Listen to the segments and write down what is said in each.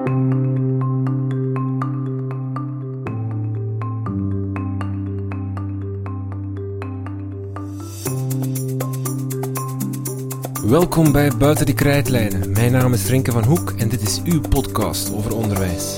Welkom bij Buiten de Krijtlijnen. Mijn naam is Renke van Hoek en dit is uw podcast over onderwijs.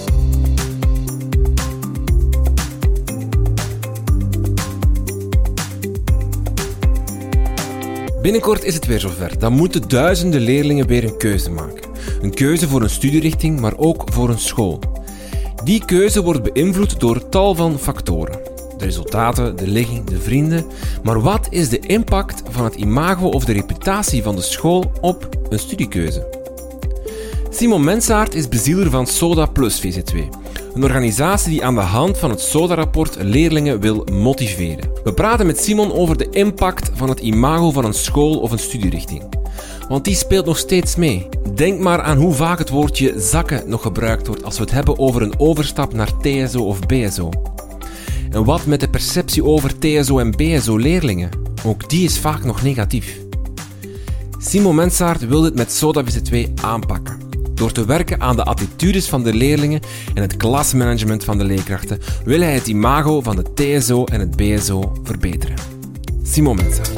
Binnenkort is het weer zover. Dan moeten duizenden leerlingen weer een keuze maken. Een keuze voor een studierichting, maar ook voor een school. Die keuze wordt beïnvloed door tal van factoren. De resultaten, de ligging, de vrienden. Maar wat is de impact van het imago of de reputatie van de school op een studiekeuze? Simon Mensaert is bezieler van Soda Plus VZ2. Een organisatie die aan de hand van het SODA-rapport leerlingen wil motiveren. We praten met Simon over de impact van het imago van een school of een studierichting. Want die speelt nog steeds mee. Denk maar aan hoe vaak het woordje zakken nog gebruikt wordt als we het hebben over een overstap naar TSO of BSO. En wat met de perceptie over TSO en BSO-leerlingen? Ook die is vaak nog negatief. Simon Mensaert wil dit met Soda VZ2 aanpakken. Door te werken aan de attitudes van de leerlingen en het klasmanagement van de leerkrachten wil hij het imago van de TSO en het BSO verbeteren. Simon Mensaert.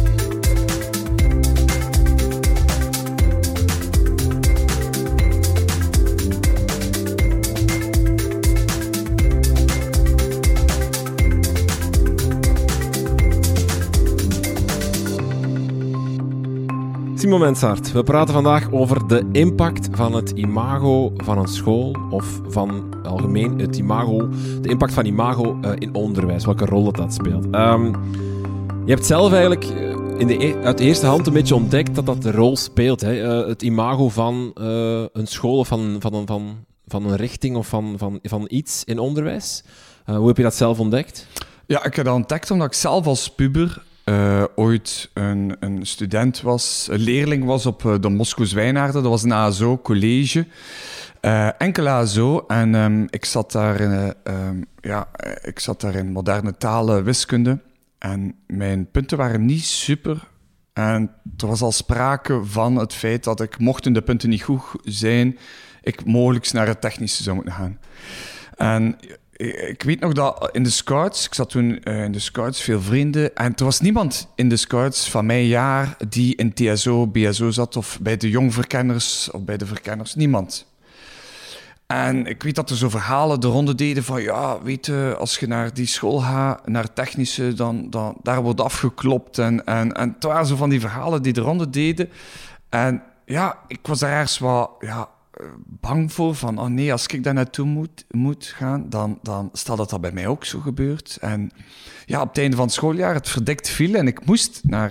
Simon Mensaert, we praten vandaag over de impact van het imago van een school of van algemeen het imago, de impact van imago in onderwijs, welke rol dat speelt. Je hebt zelf eigenlijk uit de eerste hand een beetje ontdekt dat dat de rol speelt, hè? Het imago van een school of van een richting of van iets in onderwijs. Hoe heb je dat zelf ontdekt? Ja, ik heb dat ontdekt omdat ik zelf als puber ooit een student was, een leerling was op de Moskou Zwijnaarden. Dat was een ASO-college. Enkel ASO. En ik zat daar in moderne talen, wiskunde. En mijn punten waren niet super. En er was al sprake van het feit dat ik, mochten de punten niet goed zijn, ik mogelijk naar het technische zou moeten gaan. En ik weet nog dat in de scouts, ik zat toen in de scouts, veel vrienden, en er was niemand in de scouts van mijn jaar die in TSO, BSO zat, of bij de jongverkenners, of bij de verkenners, niemand. En ik weet dat er zo verhalen de ronde deden van, ja, weet je, als je naar die school gaat, naar technische, dan daar wordt afgeklopt. En het waren zo van die verhalen die de ronde deden. En ja, ik was daar ergens wat, bang voor, van oh nee, als ik daar naartoe moet gaan, dan stel dat bij mij ook zo gebeurt. En ja, op het einde van het schooljaar, het verdikt viel en ik moest naar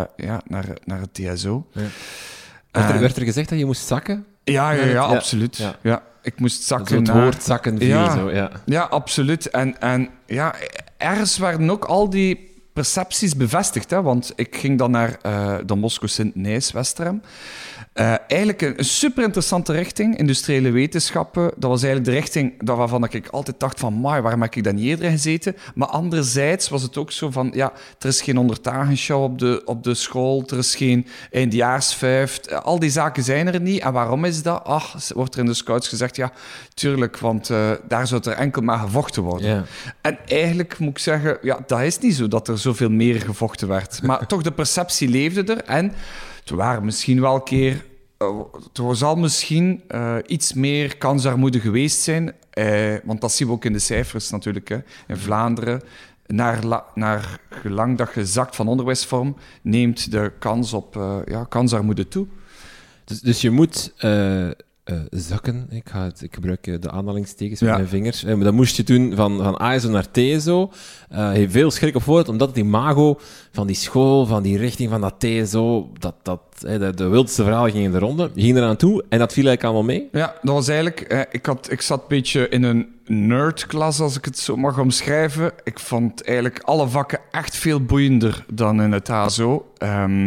het TSO. Ja. Werd er gezegd dat je moest zakken? Ja, absoluut. Ja, ik moest zakken. Het woord zakken viel zo, ja. Ja, absoluut. En ja, ergens werden ook al die percepties bevestigd, hè, want ik ging dan naar de Moskou Sint-Nijs-Westerhem. Eigenlijk een super interessante richting, industriële wetenschappen. Dat was eigenlijk de richting waarvan ik altijd dacht van, waarom heb ik daar niet eerder in gezeten? Maar anderzijds was het ook zo van, ja, er is geen 100-dagen-show op de school, er is geen eindjaarsvijf, al die zaken zijn er niet. En waarom is dat? Wordt er in de scouts gezegd, ja, tuurlijk, want daar zou er enkel maar gevochten worden. Yeah. En eigenlijk moet ik zeggen, ja, dat is niet zo dat er zoveel meer gevochten werd. Maar toch, de perceptie leefde er en er waren misschien wel een keer, er zal misschien iets meer kansarmoede geweest zijn, want dat zien we ook in de cijfers natuurlijk. Hè. In Vlaanderen, naar gelang dat je zakt van onderwijsvorm, neemt de kans op kansarmoede toe. Dus je moet zakken, ik gebruik de aanhalingstekens met mijn vingers, maar dat moest je doen van ASO naar TSO. Heeft veel schrik op vooruit, omdat het imago van die school, van die richting van dat TSO, de wildste verhalen gingen in de ronde. Je ging eraan toe en dat viel eigenlijk allemaal mee? Ja, dat was eigenlijk... Ik zat een beetje in een nerdklas, als ik het zo mag omschrijven. Ik vond eigenlijk alle vakken echt veel boeiender dan in het ASO.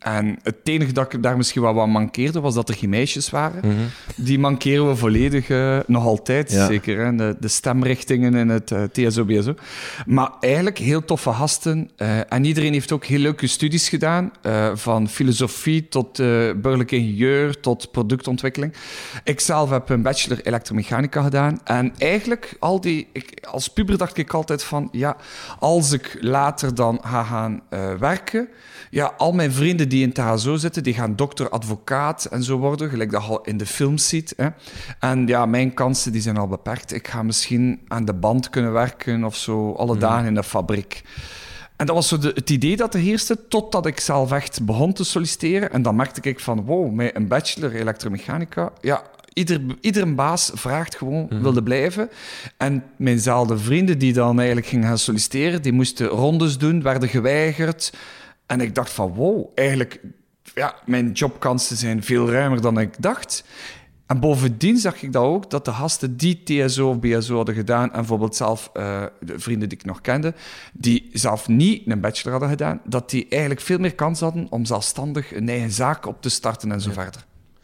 En het enige dat ik daar misschien wat mankeerde, was dat er geen meisjes waren. Die mankeren we volledig, nog altijd, zeker. Hè? De stemrichtingen in het TSO-BSO. Maar eigenlijk heel toffe gasten. En iedereen heeft ook heel leuke studies gedaan. Van filosofie tot burgerlijk ingenieur tot productontwikkeling. Ik zelf heb een bachelor elektromechanica gedaan. En eigenlijk, als puber dacht ik altijd van... Ja, als ik later dan ga gaan werken... Ja, al mijn vrienden die in het HSO zitten, die gaan dokter, advocaat en zo worden, gelijk dat je al in de films ziet. Hè. En ja, mijn kansen die zijn al beperkt. Ik ga misschien aan de band kunnen werken of zo, alle dagen in de fabriek. En dat was zo het idee dat er heerste, totdat ik zelf echt begon te solliciteren. En dan merkte ik van, wow, met een bachelor elektromechanica... Ja, iedere baas vraagt gewoon, wilde blijven. En mijnzelfde vrienden die dan eigenlijk gingen gaan solliciteren, die moesten rondes doen, werden geweigerd... En ik dacht van, wow, eigenlijk... Ja, mijn jobkansen zijn veel ruimer dan ik dacht. En bovendien zag ik dat ook, dat de gasten die TSO of BSO hadden gedaan... en bijvoorbeeld zelf de vrienden die ik nog kende... die zelf niet een bachelor hadden gedaan... dat die eigenlijk veel meer kans hadden om zelfstandig een eigen zaak op te starten en zo verder.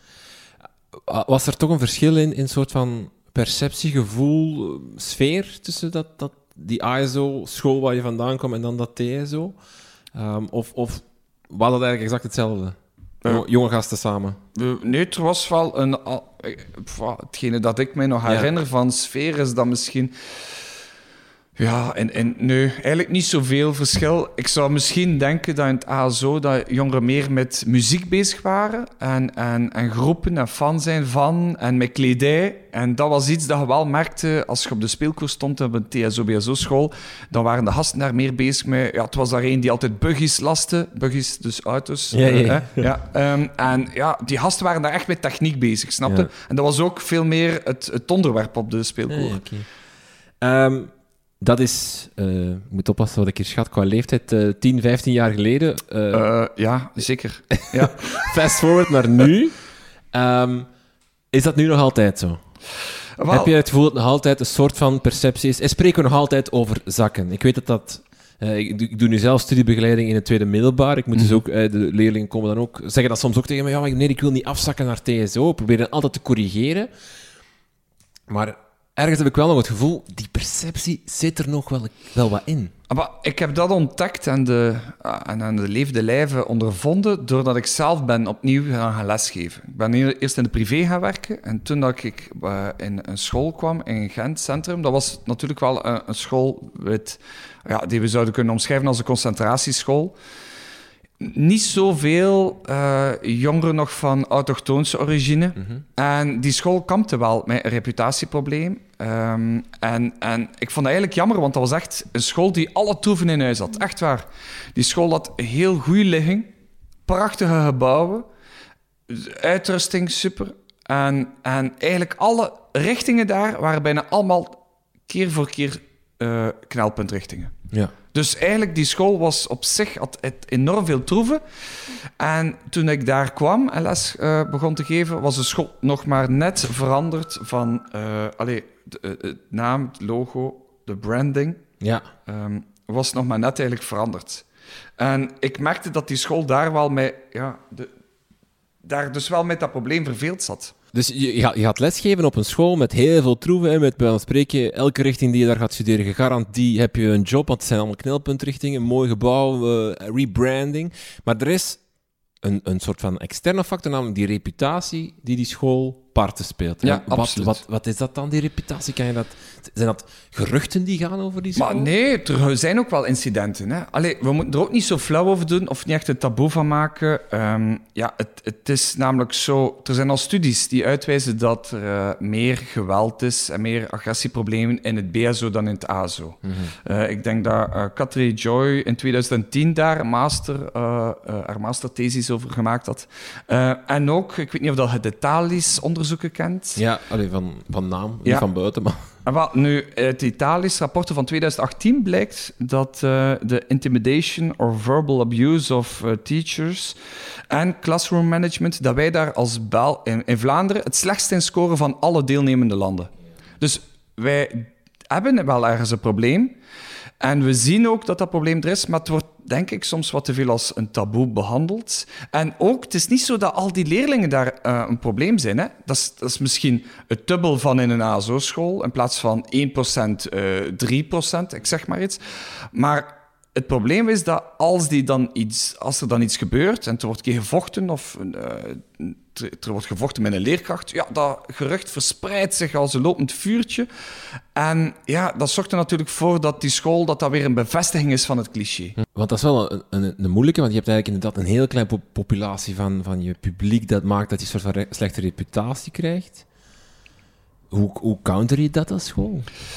Was er toch een verschil in een soort van perceptie, gevoel, sfeer... tussen die ASO-school waar je vandaan kwam en dan dat TSO... Of was dat eigenlijk exact hetzelfde? Jonge gasten samen? Nee, er was wel hetgene dat ik mij nog herinner van sfeer is dat misschien... Ja, nee, eigenlijk niet zoveel verschil. Ik zou misschien denken dat in het ASO dat jongeren meer met muziek bezig waren en groepen en fan zijn van en met kledij. En dat was iets dat je wel merkte als je op de speelkoers stond op een TSO-BSO-school. Dan waren de gasten daar meer bezig met... Ja, het was daar een die altijd buggies laste. Buggies, dus auto's. En ja, die gasten waren daar echt met techniek bezig, snapte? Ja. En dat was ook veel meer het onderwerp op de speelkoer. Dat is, ik moet oppassen wat ik hier schat, qua leeftijd 10, 15 jaar geleden. Ja, zeker. Ja. Fast forward naar nu. Is dat nu nog altijd zo? Wel, heb je het gevoel dat nog altijd een soort van perceptie is? En spreken we nog altijd over zakken? Ik weet dat... ik doe nu zelf studiebegeleiding in het tweede middelbaar. Ik moet dus ook... de leerlingen komen dan ook... Zeggen dat soms ook tegen me. Ja, maar nee, ik wil niet afzakken naar TSO. Ik probeer dan altijd te corrigeren. Maar... Ergens heb ik wel nog het gevoel, die perceptie zit er nog wel wat in. Maar ik heb dat ontdekt en aan de levende lijve ondervonden doordat ik zelf ben opnieuw gaan lesgeven. Ik ben eerst in de privé gaan werken en toen dat ik in een school kwam in Gent Centrum, dat was natuurlijk wel een school die we zouden kunnen omschrijven als een concentratieschool. Niet zoveel jongeren nog van autochtoonse origine. En die school kampte wel met een reputatieprobleem. En ik vond dat eigenlijk jammer, want dat was echt een school die alle troeven in huis had. Echt waar. Die school had een heel goede ligging, prachtige gebouwen, uitrusting super. En eigenlijk alle richtingen daar waren bijna allemaal keer voor keer knelpuntrichtingen. Ja. Dus eigenlijk, die school was op zich, had enorm veel troeven. En toen ik daar kwam en les begon te geven, was de school nog maar net veranderd van het naam, het logo, de branding. Ja. Was nog maar net eigenlijk veranderd. En ik merkte dat die school daar wel mee, daar dus wel met dat probleem verveeld zat. Dus je gaat lesgeven op een school met heel veel troeven en met, bij wijze van spreken, elke richting die je daar gaat studeren, gegarantie heb je een job, want het zijn allemaal knelpuntrichtingen, mooi gebouw, rebranding. Maar er is een soort van externe factor, namelijk die reputatie die school parten speelt. Ja, absoluut. Wat is dat dan, die reputatie? Zijn dat geruchten die gaan over die school? Maar nee, er zijn ook wel incidenten. Hè? Allee, we moeten er ook niet zo flauw over doen of niet echt een taboe van maken. Het is namelijk zo... Er zijn al studies die uitwijzen dat er meer geweld is en meer agressieproblemen in het BSO dan in het ASO. Ik denk dat Katri Joy in 2010 daar haar masterthesis over gemaakt had. En ook, ik weet niet of dat je de Thalys onderzoeken kent. Ja, van naam, niet van buiten, maar... Nu, uit Italië's rapporten van 2018 blijkt dat de intimidation or verbal abuse of teachers en classroom management, dat wij daar als in Vlaanderen het slechtst in scoren van alle deelnemende landen. Dus wij hebben wel ergens een probleem. En we zien ook dat dat probleem er is, maar het wordt, denk ik, soms wat te veel als een taboe behandeld. En ook, het is niet zo dat al die leerlingen daar een probleem zijn. Hè? Dat is misschien het dubbel van in een ASO-school. In plaats van 1%, 3%, ik zeg maar iets. Maar het probleem is dat als er dan iets gebeurt en er wordt gevochten of er wordt gevochten met een leerkracht, ja, dat gerucht verspreidt zich als een lopend vuurtje. En ja, dat zorgt er natuurlijk voor dat die school dat weer een bevestiging is van het cliché. Want dat is wel een moeilijke, want je hebt eigenlijk inderdaad een heel kleine populatie van je publiek dat maakt dat je een soort van slechte reputatie krijgt. Hoe counter je dat als school?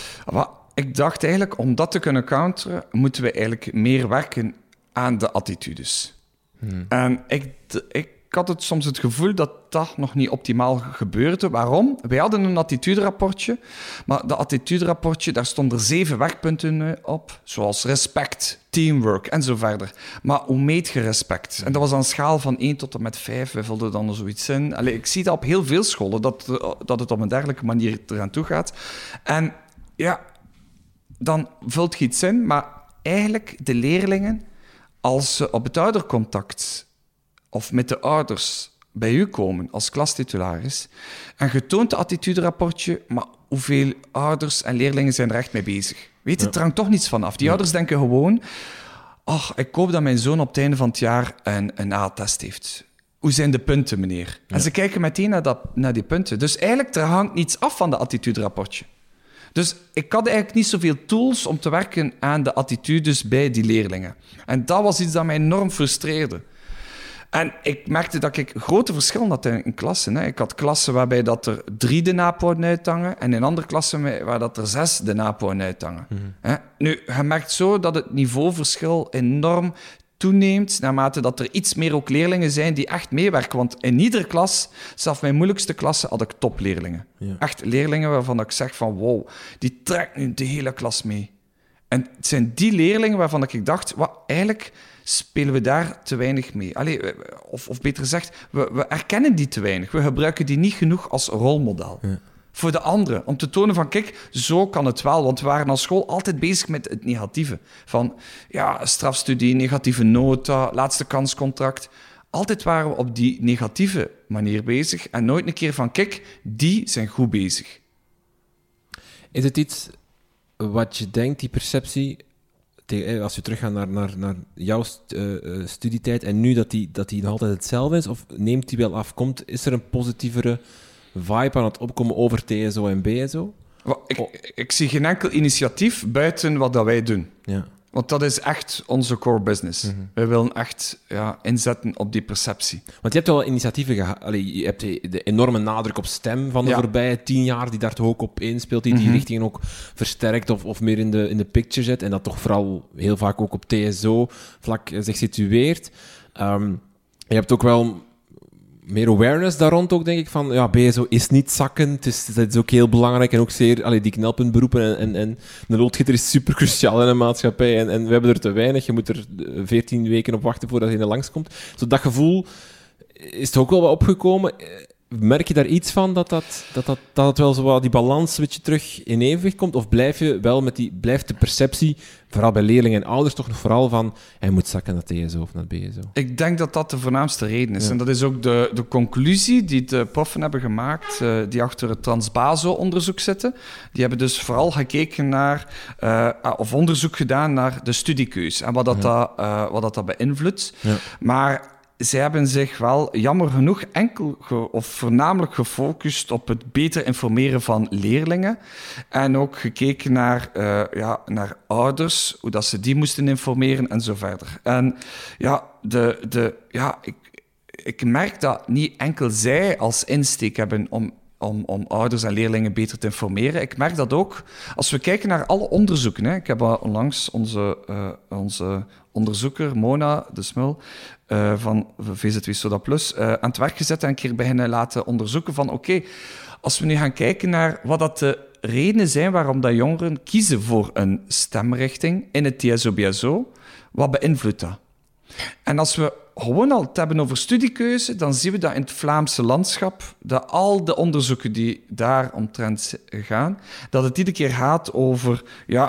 Ik dacht eigenlijk, om dat te kunnen counteren, moeten we eigenlijk meer werken aan de attitudes. En ik had soms het gevoel dat dat nog niet optimaal gebeurde. Waarom? Wij hadden een attituderapportje, maar dat attituderapportje, daar stonden 7 werkpunten op, zoals respect, teamwork en zo verder. Maar hoe meet je respect? En dat was aan een schaal van 1 tot en met 5. We vulden dan er zoiets in. Allee, ik zie dat op heel veel scholen, dat het op een dergelijke manier eraan toe gaat. En ja, dan vult je iets in, maar eigenlijk de leerlingen, als ze op het oudercontact of met de ouders bij u komen als klastitularis en je toont het attituderapportje, maar hoeveel ouders en leerlingen zijn er echt mee bezig? Weet je, het hangt toch niets van af. Die ouders denken gewoon, ik hoop dat mijn zoon op het einde van het jaar een A-test heeft. Hoe zijn de punten, meneer? Ja. En ze kijken meteen naar die punten. Dus eigenlijk, er hangt niets af van dat attituderapportje. Dus ik had eigenlijk niet zoveel tools om te werken aan de attitudes bij die leerlingen. En dat was iets dat mij enorm frustreerde. En ik merkte dat ik grote verschillen had in klassen. Hè. Ik had klassen waarbij dat er 3 de naap wouden uithangen en in andere klassen waar dat er 6 de naap wouden uithangen. Mm-hmm. Nu, je merkt zo dat het niveauverschil enorm toeneemt naarmate dat er iets meer ook leerlingen zijn die echt meewerken. Want in iedere klas, zelfs mijn moeilijkste klasse, had ik topleerlingen. Ja. Echt leerlingen waarvan ik zeg van wow, die trekken nu de hele klas mee. En het zijn die leerlingen waarvan ik dacht, eigenlijk spelen we daar te weinig mee. Allee, of beter gezegd, we erkennen die te weinig. We gebruiken die niet genoeg als rolmodel. Ja. Voor de anderen. Om te tonen van, kijk, zo kan het wel. Want we waren als school altijd bezig met het negatieve. Van, ja, strafstudie, negatieve nota, laatste kanscontract. Altijd waren we op die negatieve manier bezig. En nooit een keer van, kijk, die zijn goed bezig. Is het iets wat je denkt, die perceptie, als je teruggaat naar jouw studietijd en nu dat die nog altijd hetzelfde is? Of neemt die wel af? Is er een positievere vibe aan het opkomen over TSO en BSO? Ik zie geen enkel initiatief buiten wat dat wij doen. Ja. Want dat is echt onze core business. Mm-hmm. Wij willen echt inzetten op die perceptie. Want je hebt wel initiatieven gehad. Je hebt de enorme nadruk op STEM van de voorbije 10 jaar, die daar toch ook op inspeelt, die richtingen ook versterkt of meer in de picture zet. En dat toch vooral heel vaak ook op TSO-vlak zich situeert. Je hebt ook wel meer awareness daar rond ook, denk ik, van ja, BSO is niet zakken. Dat is ook heel belangrijk en ook zeer die knelpuntberoepen en de loodgieter is super cruciaal in een maatschappij en we hebben er te weinig. Je moet er 14 weken op wachten voordat je er langskomt. Zo dat gevoel is toch ook wel wat opgekomen. Merk je daar iets van, dat het wel zo wat die balans een beetje terug in evenwicht komt? Of blijft de perceptie, vooral bij leerlingen en ouders, toch nog vooral van hij moet zakken naar TSO of naar BSO? Ik denk dat dat de voornaamste reden is. Ja. En dat is ook de conclusie die de proffen hebben gemaakt, die achter het Transbaso-onderzoek zitten. Die hebben dus vooral gekeken naar, of onderzoek gedaan naar de studiekeus en wat dat beïnvloedt. Ja. Maar zij hebben zich wel, jammer genoeg, of voornamelijk gefocust op het beter informeren van leerlingen. En ook gekeken naar ouders, hoe dat ze die moesten informeren en zo verder. En ik merk dat niet enkel zij als insteek hebben om ouders en leerlingen beter te informeren. Ik merk dat ook als we kijken naar alle onderzoeken. Hè. Ik heb onlangs onze onderzoeker, Mona de Smul, van VZW Soda Plus, aan het werk gezet en een keer beginnen laten onderzoeken van oké, als we nu gaan kijken naar wat dat de redenen zijn waarom dat jongeren kiezen voor een stemrichting in het TSO-BSO, wat beïnvloedt dat? En als we gewoon al te hebben over studiekeuze, dan zien we dat in het Vlaamse landschap, dat al de onderzoeken die daar omtrent gaan, dat het iedere keer gaat over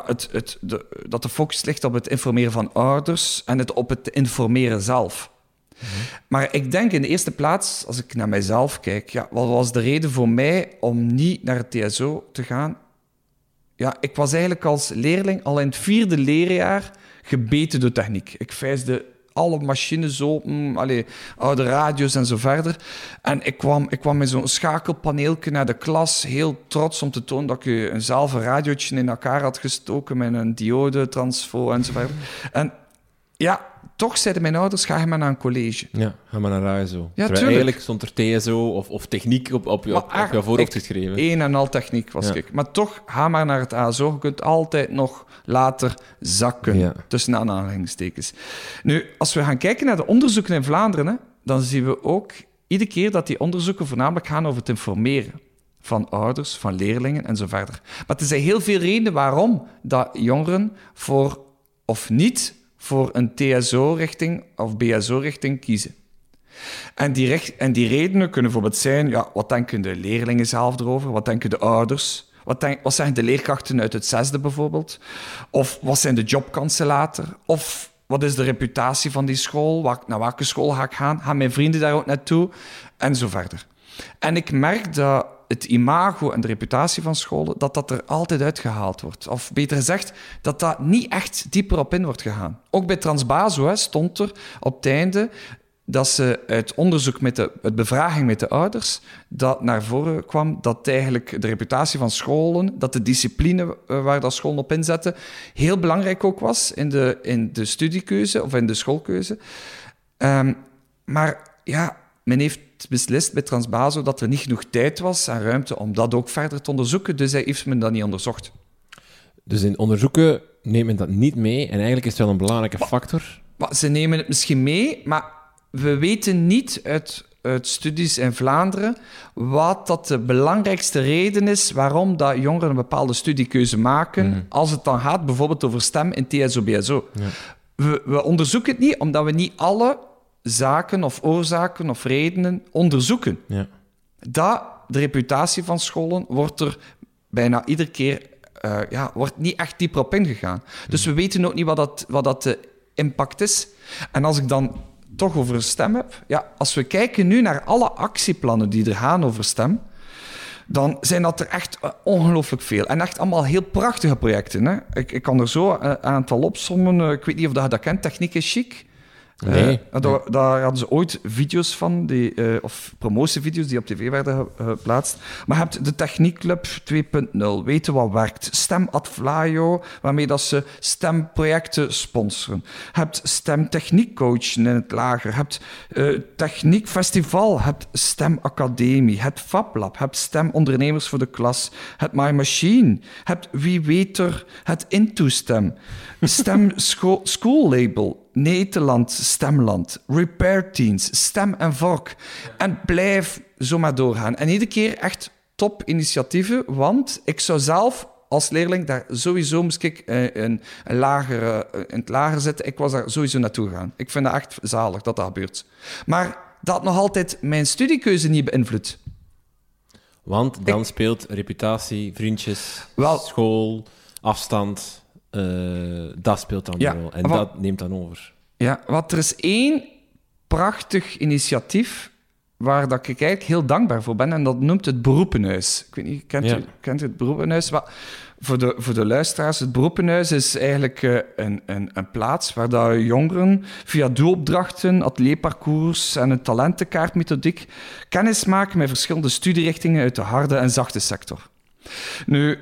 dat de focus ligt op het informeren van ouders en op het informeren zelf. Maar ik denk in de eerste plaats, als ik naar mijzelf kijk, wat was de reden voor mij om niet naar het TSO te gaan? Ja, ik was eigenlijk als leerling al in het 4e leerjaar gebeten door techniek. Ik vijsde alle machines open, oude radio's en zo verder. En ik kwam met zo'n schakelpaneeltje naar de klas, heel trots om te tonen dat ik zelf een radiootje in elkaar had gestoken met een diode, transfo en zo verder. En ja, toch zeiden mijn ouders, ga je maar naar een college. Ja, ga maar naar ASO. Ja, eigenlijk stond er TSO of techniek op je voorhoofd geschreven. Een en al techniek was ik. Maar toch, ga maar naar het ASO. Je kunt altijd nog later zakken, tussen aanhalingstekens. Nu, als we gaan kijken naar de onderzoeken in Vlaanderen, dan zien we ook iedere keer dat die onderzoeken voornamelijk gaan over het informeren van ouders, van leerlingen en zo verder. Maar er zijn heel veel redenen waarom dat jongeren voor of niet voor een TSO-richting of BSO-richting kiezen. En die redenen kunnen bijvoorbeeld zijn, wat denken de leerlingen zelf erover? Wat denken de ouders? Wat zeggen de leerkrachten uit het 6e bijvoorbeeld? Of wat zijn de jobkansen later? Of wat is de reputatie van die school? Naar welke school ga ik gaan? Gaan mijn vrienden daar ook naartoe? En zo verder. En ik merk dat het imago en de reputatie van scholen, dat er altijd uitgehaald wordt. Of beter gezegd, dat niet echt dieper op in wordt gegaan. Ook bij Transbazo stond er op het einde dat ze uit onderzoek uit bevraging met de ouders, dat naar voren kwam dat eigenlijk de reputatie van scholen, dat de discipline waar dat scholen op inzetten, heel belangrijk ook was in de studiekeuze of in de schoolkeuze. Maar ja, men heeft beslist bij Transbazo dat er niet genoeg tijd was en ruimte om dat ook verder te onderzoeken, dus heeft men dat niet onderzocht. Dus in onderzoeken neemt men dat niet mee en eigenlijk is het wel een belangrijke factor? Ze nemen het misschien mee, maar we weten niet uit studies in Vlaanderen wat dat de belangrijkste reden is waarom dat jongeren een bepaalde studiekeuze maken, als het dan gaat bijvoorbeeld over STEM in TSO-BSO. Ja. We onderzoeken het niet, omdat we niet alle zaken of oorzaken of redenen onderzoeken. Ja. De reputatie van scholen wordt er bijna iedere keer wordt niet echt dieper op ingegaan. Dus we weten ook niet wat dat de impact is. En als ik dan toch over STEM heb, als we kijken nu naar alle actieplannen die er gaan over STEM, dan zijn dat er echt ongelooflijk veel. En echt allemaal heel prachtige projecten. Hè? Ik kan er zo een aantal opsommen. Ik weet niet of je dat kent, Techniek is chic. Nee. Daar hadden ze ooit video's van, of promotievideo's die op tv werden geplaatst. Maar je hebt de Techniekclub 2.0, weten wat werkt. STEM ad Vlaio, waarmee dat ze STEM-projecten sponsoren. Je hebt STEM techniekcoachen in het lager. Je hebt Techniekfestival, je hebt STEM Academie, je hebt FabLab, je hebt STEM ondernemers voor de klas, je hebt My Machine, je hebt Wie weet er, het IntoSTEM, STEM School Label, Nederland, Stemland, Repair Teens, Stem en Vork. En blijf zo maar doorgaan. En iedere keer echt top initiatieven, want ik zou zelf als leerling daar sowieso, moest ik in het lager zitten, ik was daar sowieso naartoe gegaan. Ik vind dat echt zalig dat gebeurt. Maar dat nog altijd mijn studiekeuze niet beïnvloedt. Want dan speelt reputatie, vriendjes, school, afstand, dat speelt dan een rol. En dat neemt dan over. Ja, want er is één prachtig initiatief waar dat ik eigenlijk heel dankbaar voor ben, en dat noemt het Beroepenhuis. Ik weet niet, kent u het Beroepenhuis? Maar voor de luisteraars, het Beroepenhuis is eigenlijk een plaats waar dat jongeren via doelopdrachten, atelierparcours en een talentenkaartmethodiek kennis maken met verschillende studierichtingen uit de harde en zachte sector. Nu,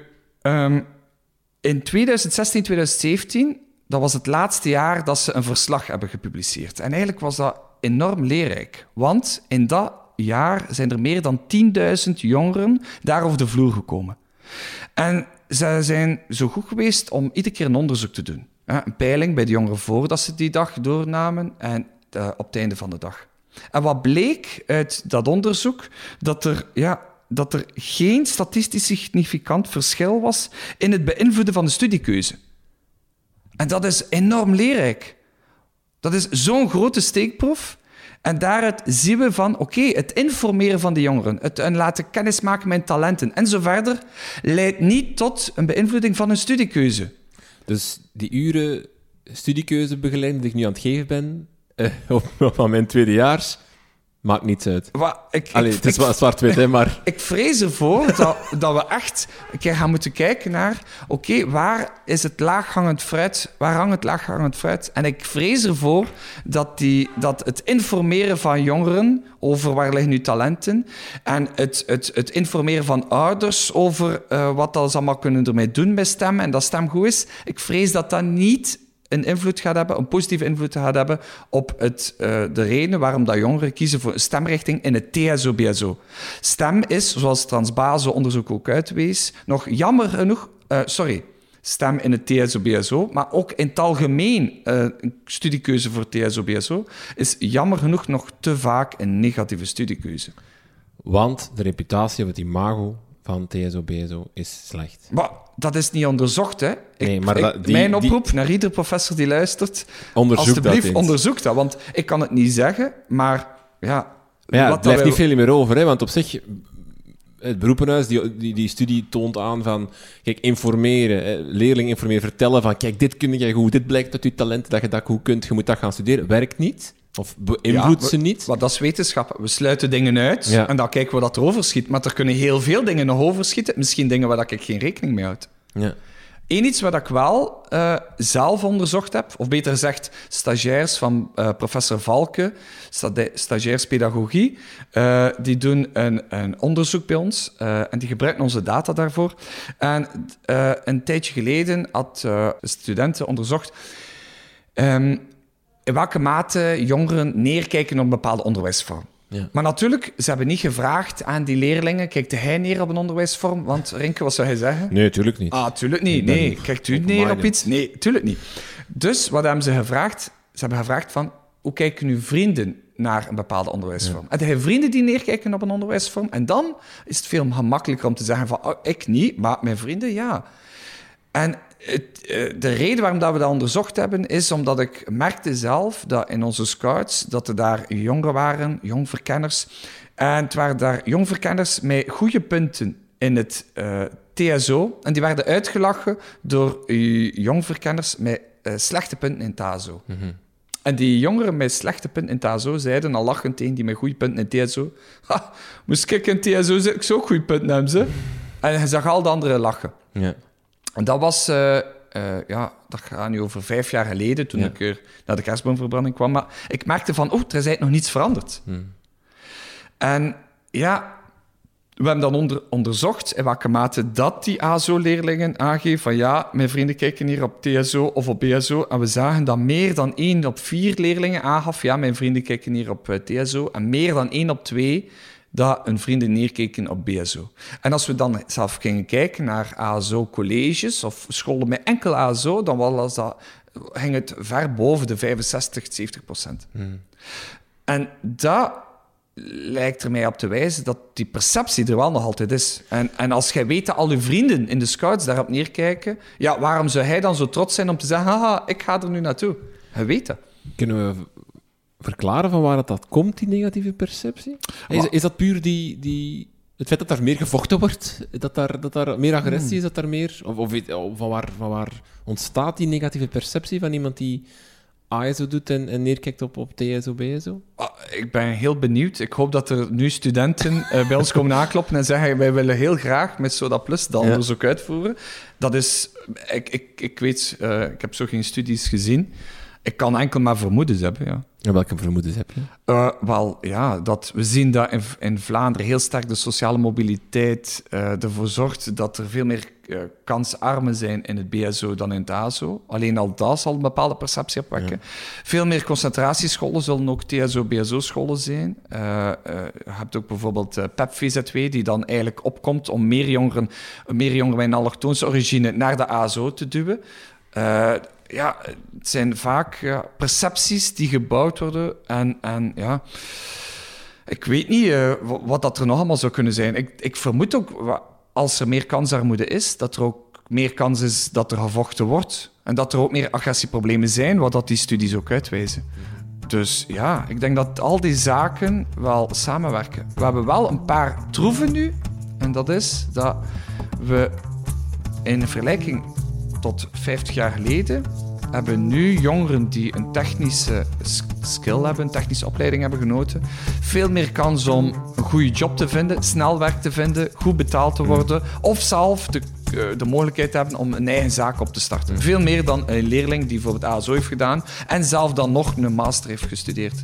in 2016, 2017, dat was het laatste jaar dat ze een verslag hebben gepubliceerd. En eigenlijk was dat enorm leerrijk. Want in dat jaar zijn er meer dan 10.000 jongeren daar over de vloer gekomen. En ze zijn zo goed geweest om iedere keer een onderzoek te doen. Een peiling bij de jongeren voordat ze die dag doornamen en op het einde van de dag. En wat bleek uit dat onderzoek? Dat er geen statistisch significant verschil was in het beïnvloeden van de studiekeuze. En dat is enorm leerrijk. Dat is zo'n grote steekproef En daaruit zien we van, het informeren van de jongeren, het laten kennismaken met talenten en zo verder, leidt niet tot een beïnvloeding van hun studiekeuze. Dus die uren studiekeuzebegeleiding die ik nu aan het geven ben, op mijn tweedejaars, maakt niets uit. Het is wel zwart-wit, hè, maar... Ik vrees ervoor dat we echt een keer gaan moeten kijken naar... waar is het laaghangend fruit? Waar hangt het laaghangend fruit? En ik vrees ervoor dat het informeren van jongeren over waar liggen nu talenten en het informeren van ouders over wat ze allemaal kunnen ermee doen bij STEM en dat STEM goed is, ik vrees dat dat niet een positieve invloed gaat hebben op de reden waarom dat jongeren kiezen voor een stemrichting in het TSO-BSO. STEM is, zoals Transbazo-onderzoek ook uitwees, nog jammer genoeg... STEM in het TSO-BSO, maar ook in het algemeen een studiekeuze voor TSO-BSO, is jammer genoeg nog te vaak een negatieve studiekeuze. Want de reputatie of het imago van TSO-BSO is slecht. Maar dat is niet onderzocht, hè. Mijn oproep naar ieder professor die luistert, alsjeblieft onderzoek dat. Want ik kan het niet zeggen, maar ja... Maar het blijft niet veel meer over, hè, want op zich... Het beroepenhuis, die studie toont aan van... Kijk, informeren, leerlingen informeren, vertellen van... Kijk, dit kun jij goed, dit blijkt uit je talent, dat je dat goed kunt, je moet dat gaan studeren. Werkt niet. Of beïnvloedt ze niet. Maar dat is wetenschap. We sluiten dingen uit en dan kijken we wat er overschiet. Maar er kunnen heel veel dingen nog overschieten. Misschien dingen waar ik geen rekening mee houd. Ja. Eén iets wat ik wel zelf onderzocht heb, of beter gezegd, stagiairs van professor Valke, stagiairs pedagogie, die doen een onderzoek bij ons en die gebruiken onze data daarvoor. En een tijdje geleden had studenten onderzocht in welke mate jongeren neerkijken op een bepaalde onderwijsvorm. Ja. Maar natuurlijk, ze hebben niet gevraagd aan die leerlingen... Kijkt hij neer op een onderwijsvorm? Want Rinke, wat zou hij zeggen? Nee, tuurlijk niet. Tuurlijk niet. Nee, kijkt u neer op iets? Nee, tuurlijk niet. Dus wat hebben ze gevraagd? Ze hebben gevraagd van... Hoe kijken uw vrienden naar een bepaalde onderwijsvorm? Ja. En hij vrienden die neerkijken op een onderwijsvorm? En dan is het veel gemakkelijker om te zeggen van... ik niet, maar mijn vrienden, ja. En de reden waarom dat we dat onderzocht hebben, is omdat ik merkte zelf dat in onze scouts, dat er daar jongeren waren, jongverkenners. En het waren daar jongverkenners met goede punten in het TSO. En die werden uitgelachen door jongverkenners met slechte punten in het TASO. Mm-hmm. En die jongeren met slechte punten in het TSO zeiden al lachend tegen die met goede punten in het TSO. Moest ik in het TSO ik zou ook goede punten hebben, ze. En je zag al de anderen lachen. Ja. En dat was, dat gaat nu over 5 jaar geleden, toen ik naar de kerstboomverbranding kwam. Maar ik merkte van, er is eigenlijk nog niets veranderd. En ja, we hebben dan onderzocht in welke mate dat die ASO-leerlingen aangeven van ja, mijn vrienden kijken hier op TSO of op BSO. En we zagen dat meer dan 1 op 4 leerlingen aangaf, ja, mijn vrienden kijken hier op TSO. En meer dan 1 op 2... dat hun vrienden neerkeken op BSO. En als we dan zelf gingen kijken naar ASO-colleges of scholen met enkel ASO, dan ging het ver boven de 65-70%. En dat lijkt er mij op te wijzen dat die perceptie er wel nog altijd is. En als jij weet dat al je vrienden in de scouts daarop neerkijken, ja, waarom zou hij dan zo trots zijn om te zeggen, haha, ik ga er nu naartoe? Je weet dat. Kunnen we verklaren van waar dat komt, die negatieve perceptie? Is dat puur het feit dat daar meer gevochten wordt? Dat daar meer agressie is? Dat daar meer... Of van waar ontstaat die negatieve perceptie van iemand die ASO doet en neerkijkt op TSO, BSO? Ik ben heel benieuwd. Ik hoop dat er nu studenten bij ons komen aankloppen en zeggen wij willen heel graag met Soda Plus dat onderzoek uitvoeren. Dat is... Ik weet... ik heb zo geen studies gezien. Ik kan enkel maar vermoedens hebben, ja. En welke vermoedens heb je? We zien dat in Vlaanderen heel sterk de sociale mobiliteit ervoor zorgt dat er veel meer kansarmen zijn in het BSO dan in het ASO. Alleen al dat zal een bepaalde perceptie opwekken. Ja. Veel meer concentratiescholen zullen ook TSO-BSO-scholen zijn. Je hebt ook bijvoorbeeld PEP-VZW, die dan eigenlijk opkomt om meer jongeren met een allochtoonse origine naar de ASO te duwen. Het zijn vaak percepties die gebouwd worden. En ik weet niet wat dat er nog allemaal zou kunnen zijn. Ik vermoed ook, als er meer kansarmoede is, dat er ook meer kans is dat er gevochten wordt. En dat er ook meer agressieproblemen zijn, wat dat die studies ook uitwijzen. Dus ja, ik denk dat al die zaken wel samenwerken. We hebben wel een paar troeven nu. En dat is dat we in vergelijking tot 50 jaar geleden hebben nu jongeren die een technische skill hebben, een technische opleiding hebben genoten, veel meer kans om een goede job te vinden, snel werk te vinden, goed betaald te worden of zelf de mogelijkheid hebben om een eigen zaak op te starten. Veel meer dan een leerling die bijvoorbeeld ASO heeft gedaan en zelf dan nog een master heeft gestudeerd.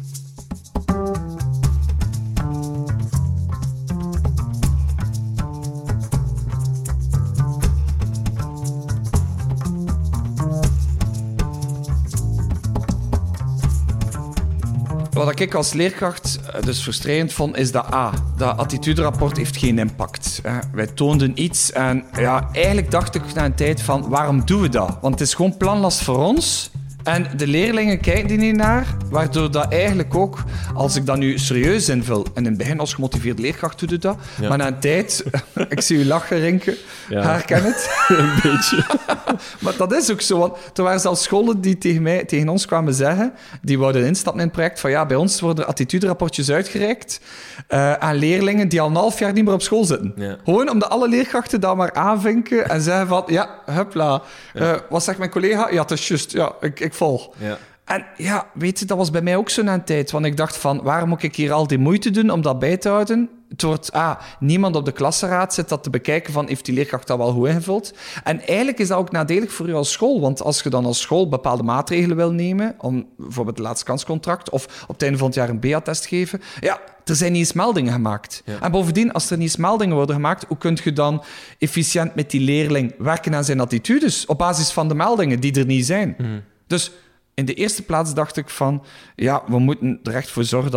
Wat ik als leerkracht dus frustrerend vond, is dat dat attituderapport heeft geen impact. Wij toonden iets en ja, eigenlijk dacht ik na een tijd van, waarom doen we dat? Want het is gewoon planlast voor ons. En de leerlingen kijken er niet naar, waardoor dat eigenlijk ook, als ik dat nu serieus invul, en in het begin als gemotiveerde leerkracht doe je dat, maar na een tijd, ik zie u lachen, Rinke, herken het. Een beetje. Maar dat is ook zo, want er waren zelfs scholen die tegen ons kwamen zeggen, die wouden instappen in het project, van ja, bij ons worden attituderapportjes uitgereikt aan leerlingen die al een half jaar niet meer op school zitten. Ja. Gewoon omdat alle leerkrachten dat maar aanvinken en zeggen van, ja, hupla. Wat zegt mijn collega? Ja, het is juist, ja, ik volg. Ja. En ja, weet je, dat was bij mij ook zo na een tijd. Want ik dacht van, waarom moet ik hier al die moeite doen om dat bij te houden? Het wordt, niemand op de klassenraad zit dat te bekijken van, heeft die leerkracht dat wel goed ingevuld? En eigenlijk is dat ook nadelig voor u als school. Want als je dan als school bepaalde maatregelen wil nemen, om bijvoorbeeld het laatste kanscontract, of op het einde van het jaar een BA-test geven, ja, er zijn niet eens meldingen gemaakt. Ja. En bovendien, als er niet eens meldingen worden gemaakt, hoe kun je dan efficiënt met die leerling werken aan zijn attitudes op basis van de meldingen die er niet zijn? Mm. Dus in de eerste plaats dacht ik van, ja, we moeten er echt voor zorgen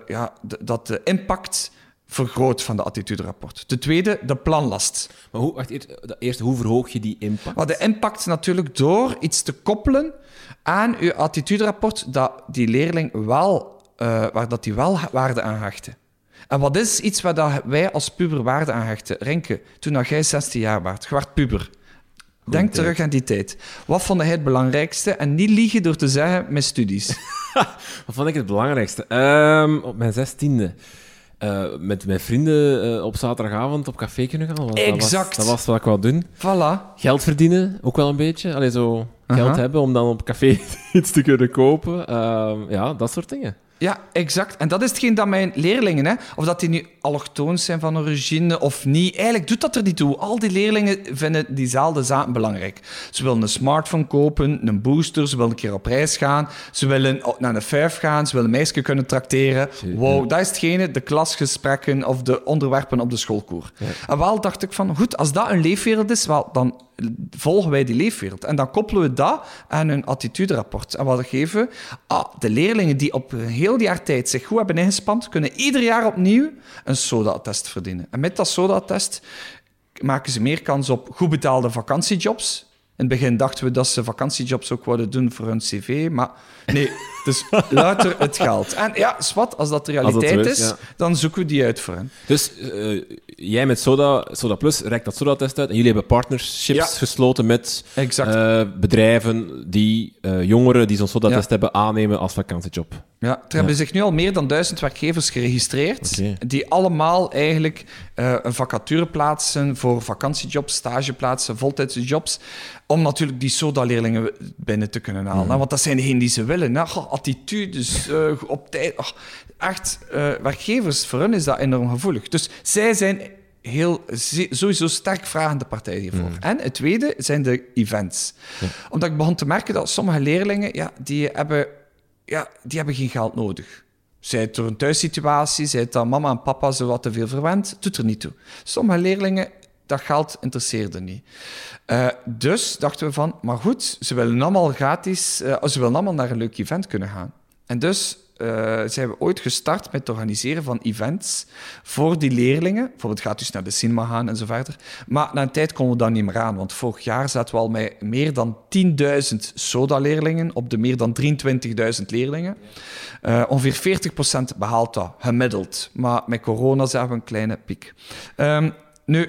dat de impact vergroot van de attituderapport. De tweede, de planlast. Maar hoe verhoog je die impact? Maar de impact natuurlijk door iets te koppelen aan uw attituderapport dat die leerling wel, waar dat die wel waarde aan hechtte. En wat is iets waar wij als puber waarde aan hechten? Renke, toen dat jij 16 jaar was, je werd puber. Denk terug aan die tijd. Wat vond jij het belangrijkste? En niet liegen door te zeggen mijn studies. Wat vond ik het belangrijkste? Op mijn 16e. Met mijn vrienden op zaterdagavond op café kunnen gaan. Exact. Dat was wat ik wou doen. Voilà. Geld verdienen, ook wel een beetje. Allee, zo geld hebben om dan op café iets te kunnen kopen. Ja, dat soort dingen. Ja, exact. En dat is hetgeen dat mijn leerlingen, of dat die nu allochtoons zijn van origine of niet, eigenlijk doet dat er niet toe. Al die leerlingen vinden diezelfde zaken belangrijk. Ze willen een smartphone kopen, een booster, ze willen een keer op reis gaan, ze willen naar een vijf gaan, ze willen een meisje kunnen trakteren. Wow, dat is hetgene, de klasgesprekken of de onderwerpen op de schoolkoer. Ja. En wel dacht ik van, goed, als dat een leefwereld is, wel, dan volgen wij die leefwereld. En dan koppelen we dat aan een attituderapport. En wat geven we? De leerlingen die op een heel jaar tijd zich goed hebben ingespand, kunnen ieder jaar opnieuw een SODA-test verdienen. En met dat SODA-test maken ze meer kans op goed betaalde vakantiejobs. In het begin dachten we dat ze vakantiejobs ook wilden doen voor hun cv, maar nee, dus louter het geld. En ja, zwart, als dat de realiteit is, dan zoeken we die uit voor hen. Dus jij met Soda Plus reikt dat SODA-test uit en jullie hebben partnerships gesloten met bedrijven die jongeren die zo'n SODA-test hebben aannemen als vakantiejob. Ja, er hebben zich nu al meer dan 1000 werkgevers geregistreerd, die allemaal eigenlijk een vacature plaatsen voor vakantiejobs, stageplaatsen, voltijdse jobs, om natuurlijk die SODA-leerlingen binnen te kunnen halen. Want dat zijn degenen die ze willen. Attitudes, op tijd. Echt, werkgevers, voor hen is dat enorm gevoelig. Dus zij zijn sowieso sterk vragende partij hiervoor. En het tweede zijn de events. Omdat ik begon te merken dat sommige leerlingen, die hebben geen geld nodig. Zij het door een thuissituatie, zij het dat mama en papa zo wat te veel verwend, doet er niet toe. Sommige leerlingen, dat geld interesseerde niet. Dus dachten we van, maar goed, ze willen allemaal gratis, ze willen allemaal naar een leuk event kunnen gaan. En dus zijn we ooit gestart met het organiseren van events voor die leerlingen. Bijvoorbeeld gaat dus naar de cinema gaan en zo verder. Maar na een tijd konden we dat niet meer aan, want vorig jaar zaten we al met meer dan 10.000 SODA-leerlingen op de meer dan 23.000 leerlingen. Ongeveer 40% behaalt dat, gemiddeld. Maar met corona zagen we een kleine piek. Nu,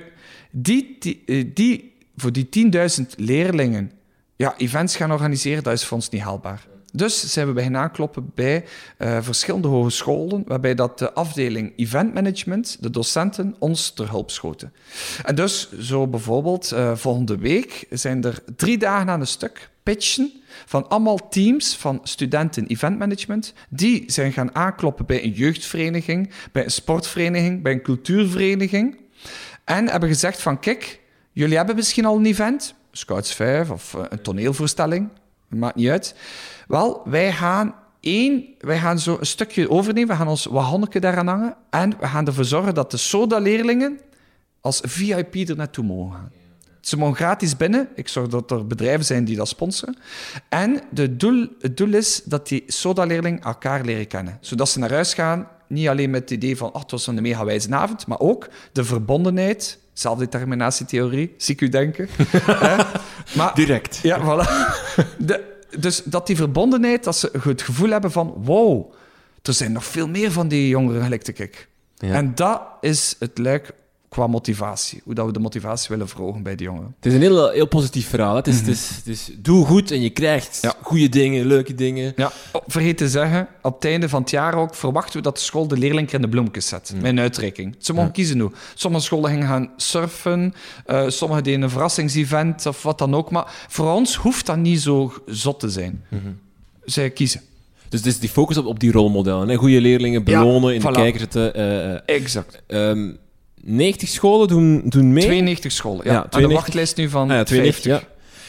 voor die 10.000 leerlingen events gaan organiseren, dat is voor ons niet haalbaar. Dus zijn we beginnen aankloppen bij verschillende hogescholen, waarbij dat de afdeling eventmanagement, de docenten, ons ter hulp schoten. En dus, zo bijvoorbeeld, volgende week zijn er 3 dagen aan een stuk pitchen van allemaal teams van studenten eventmanagement. Die zijn gaan aankloppen bij een jeugdvereniging, bij een sportvereniging, bij een cultuurvereniging. En hebben gezegd van, kijk, jullie hebben misschien al een event, Scouts 5 of een toneelvoorstelling, maakt niet uit. Wel, wij gaan zo een stukje overnemen, we gaan ons wagonnetje daaraan hangen en we gaan ervoor zorgen dat de SODA-leerlingen als VIP er naartoe mogen gaan. Ze mogen gratis binnen. Ik zorg dat er bedrijven zijn die dat sponsoren. En het doel is dat die SODA-leerlingen elkaar leren kennen. Zodat ze naar huis gaan, niet alleen met het idee van het was een mega wijze avond, maar ook de verbondenheid, zelfdeterminatietheorie, zie ik u denken. Maar, direct. Ja, voilà. Dus dat die verbondenheid, dat ze het gevoel hebben van wow, er zijn nog veel meer van die jongeren gelijk ik. Ja. En dat is het luik qua motivatie. Hoe dat we de motivatie willen verhogen bij de jongeren. Het is een heel positief verhaal. Het is doe goed en je krijgt goede dingen, leuke dingen. Ja. Vergeet te zeggen, op het einde van het jaar ook verwachten we dat de school de leerling in de bloemetjes zet. Met een uitreiking. Ze mogen kiezen hoe. Sommige scholen gingen gaan surfen, sommige deden een verrassingsevent of wat dan ook. Maar voor ons hoeft dat niet zo zot te zijn. Zij kiezen. Dus het is die focus op die rolmodellen. Hè? Goede leerlingen belonen, in de kijker zetten. Exact. 90 scholen doen mee? 92 scholen, ja. En de wachtlijst nu van 92. Ja.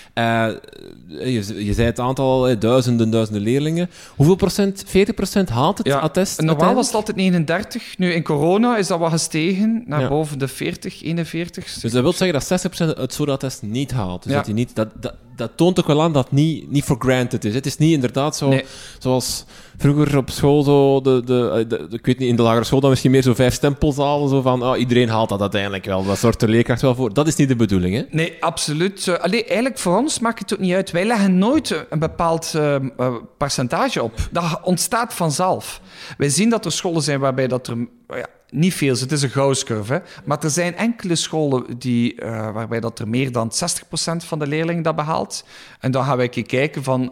Je zei het aantal, duizenden leerlingen. Hoeveel procent, 40% haalt het attest? Normaal was het altijd 39. Nu in corona is dat wat gestegen naar boven de 40, 41. Dus dat wil zeggen dat 60% het SODA-attest niet haalt. Dus dat, niet, dat toont ook wel aan dat het niet for granted is. Het is niet inderdaad zo, zoals vroeger op school, zo ik weet niet, in de lagere school dan misschien meer zo 5 stempels halen, zo van iedereen haalt dat uiteindelijk wel. Dat zorgt de leerkracht wel voor. Dat is niet de bedoeling, hè? Nee, absoluut. Eigenlijk voor ons maakt het ook niet uit. Wij leggen nooit een bepaald percentage op. Dat ontstaat vanzelf. Wij zien dat er scholen zijn waarbij dat er niet veel is. Het is een Gauss-curve. Hè? Maar er zijn enkele scholen waarbij dat er meer dan 60% van de leerlingen dat behaalt. En dan gaan wij kijken van,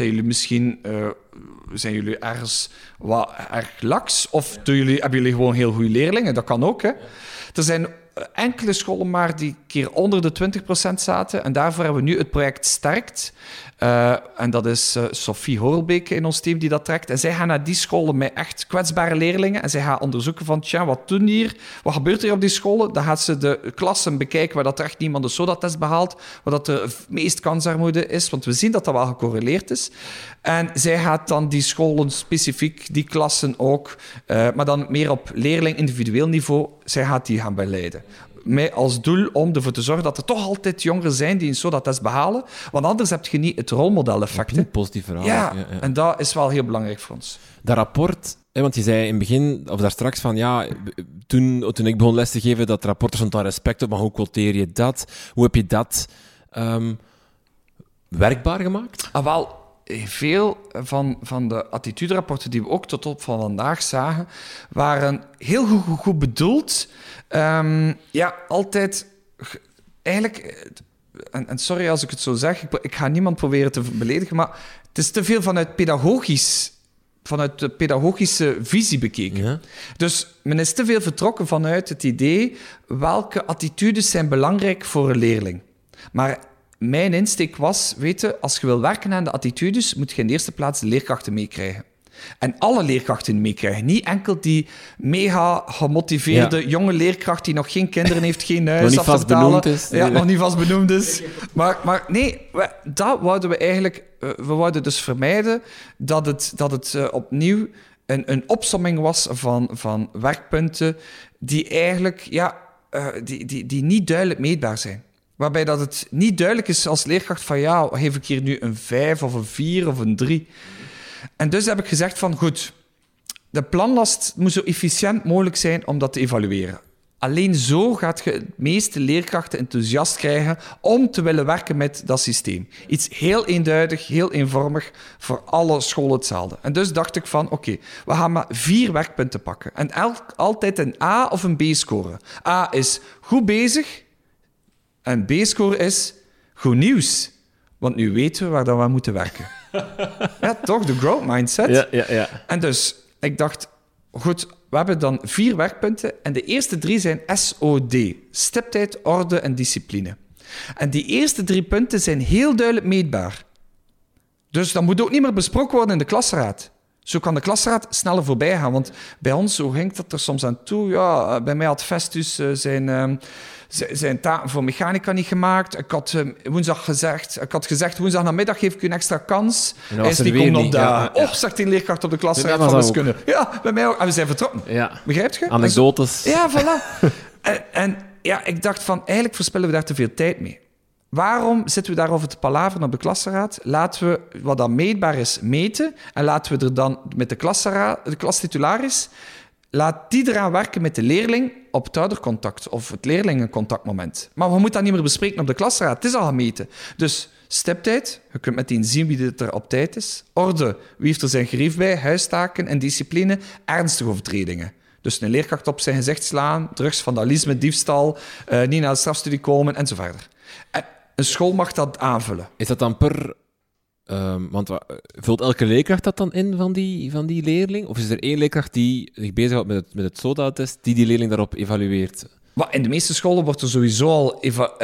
zijn jullie ergens wat erg laks? Of hebben jullie gewoon heel goede leerlingen? Dat kan ook, hè? Er zijn enkele scholen maar die keer onder de 20% zaten. En daarvoor hebben we nu het project Sterkt. En dat is Sophie Horlbeek in ons team die dat trekt. En zij gaan naar die scholen met echt kwetsbare leerlingen. En zij gaan onderzoeken van, wat doen hier? Wat gebeurt er op die scholen? Dan gaat ze de klassen bekijken waar dat er echt niemand de SODA-test behaalt. Waar dat de meest kansarmoede is. Want we zien dat dat wel gecorreleerd is. En zij gaat dan die scholen specifiek, die klassen ook, maar dan meer op leerling individueel niveau, zij gaat die gaan begeleiden. Met als doel om ervoor te zorgen dat er toch altijd jongeren zijn die een SODA-test behalen. Want anders heb je niet het rolmodel-effect. Een positief verhaal. Ja, en dat is wel heel belangrijk voor ons. Dat rapport, want je zei in het begin, of daar straks van, toen ik begon les te geven, dat rapport, er stond daar respect op, maar hoe quoteer je dat? Hoe heb je dat werkbaar gemaakt? Wel, veel van de attituderapporten die we ook tot op van vandaag zagen, waren heel goed bedoeld. Altijd eigenlijk... En sorry als ik het zo zeg, ik ga niemand proberen te beledigen, maar het is te veel vanuit de pedagogische visie bekeken. Ja. Dus men is te veel vertrokken vanuit het idee welke attitudes zijn belangrijk voor een leerling. Maar mijn insteek was, als je wil werken aan de attitudes, moet je in de eerste plaats de leerkrachten meekrijgen. En alle leerkrachten meekrijgen. Niet enkel die mega gemotiveerde jonge leerkracht die nog geen kinderen heeft, geen huis, nog niet vast benoemd is. Ja, nog niet vast benoemd is. Maar nee, dat wouden we eigenlijk... We wouden dus vermijden dat het opnieuw een opsomming was van werkpunten die eigenlijk die niet duidelijk meetbaar zijn. Waarbij dat het niet duidelijk is als leerkracht van geef ik hier nu een 5 of een 4 of een 3. En dus heb ik gezegd van goed, de planlast moet zo efficiënt mogelijk zijn om dat te evalueren. Alleen zo gaat je de meeste leerkrachten enthousiast krijgen om te willen werken met dat systeem. Iets heel eenduidig, heel eenvormig, voor alle scholen hetzelfde. En dus dacht ik van oké, we gaan maar 4 werkpunten pakken. En altijd een A of een B scoren. A is goed bezig en B-score is goed nieuws. Want nu weten we waar we aan moeten werken. Ja, toch? De growth mindset. Ja. En dus, ik dacht, goed, we hebben dan 4 werkpunten. En de eerste 3 zijn SOD. Stiptheid, orde en discipline. En die eerste 3 punten zijn heel duidelijk meetbaar. Dus dat moet ook niet meer besproken worden in de klasraad. Zo kan de klasraad sneller voorbij gaan. Want bij ons, hoe ging dat er soms aan toe? Ja, bij mij had Festus zijn taken voor mechanica niet gemaakt. Ik had gezegd, woensdagnamiddag geef ik u een extra kans. Hij is niet komen opdagen. Zegt die leerkracht op de klasraad van wiskunde. Ja, bij mij ook. En we zijn vertrokken. Ja. Begrijp je? Anekdotes. Ja, voilà. en ik dacht van, eigenlijk verspillen we daar te veel tijd mee. Waarom zitten we daarover te palaveren op de klasraad? Laten we wat dan meetbaar is meten en laten we er dan met de klastitularis, laat die eraan werken met de leerling op het oudercontact of het leerlingencontactmoment. Maar we moeten dat niet meer bespreken op de klasraad. Het is al gemeten. Dus stiptheid, je kunt meteen zien wie er op tijd is. Orde, wie heeft er zijn gerief bij, huistaken en discipline, ernstige overtredingen. Dus een leerkracht op zijn gezicht slaan, drugs, vandalisme, diefstal, niet naar de strafstudie komen en zo verder. Een school mag dat aanvullen. Is dat dan per... vult elke leerkracht dat dan in van die leerling? Of is er één leerkracht die zich bezighoudt met het SODA-test, die leerling daarop evalueert? Maar in de meeste scholen wordt er sowieso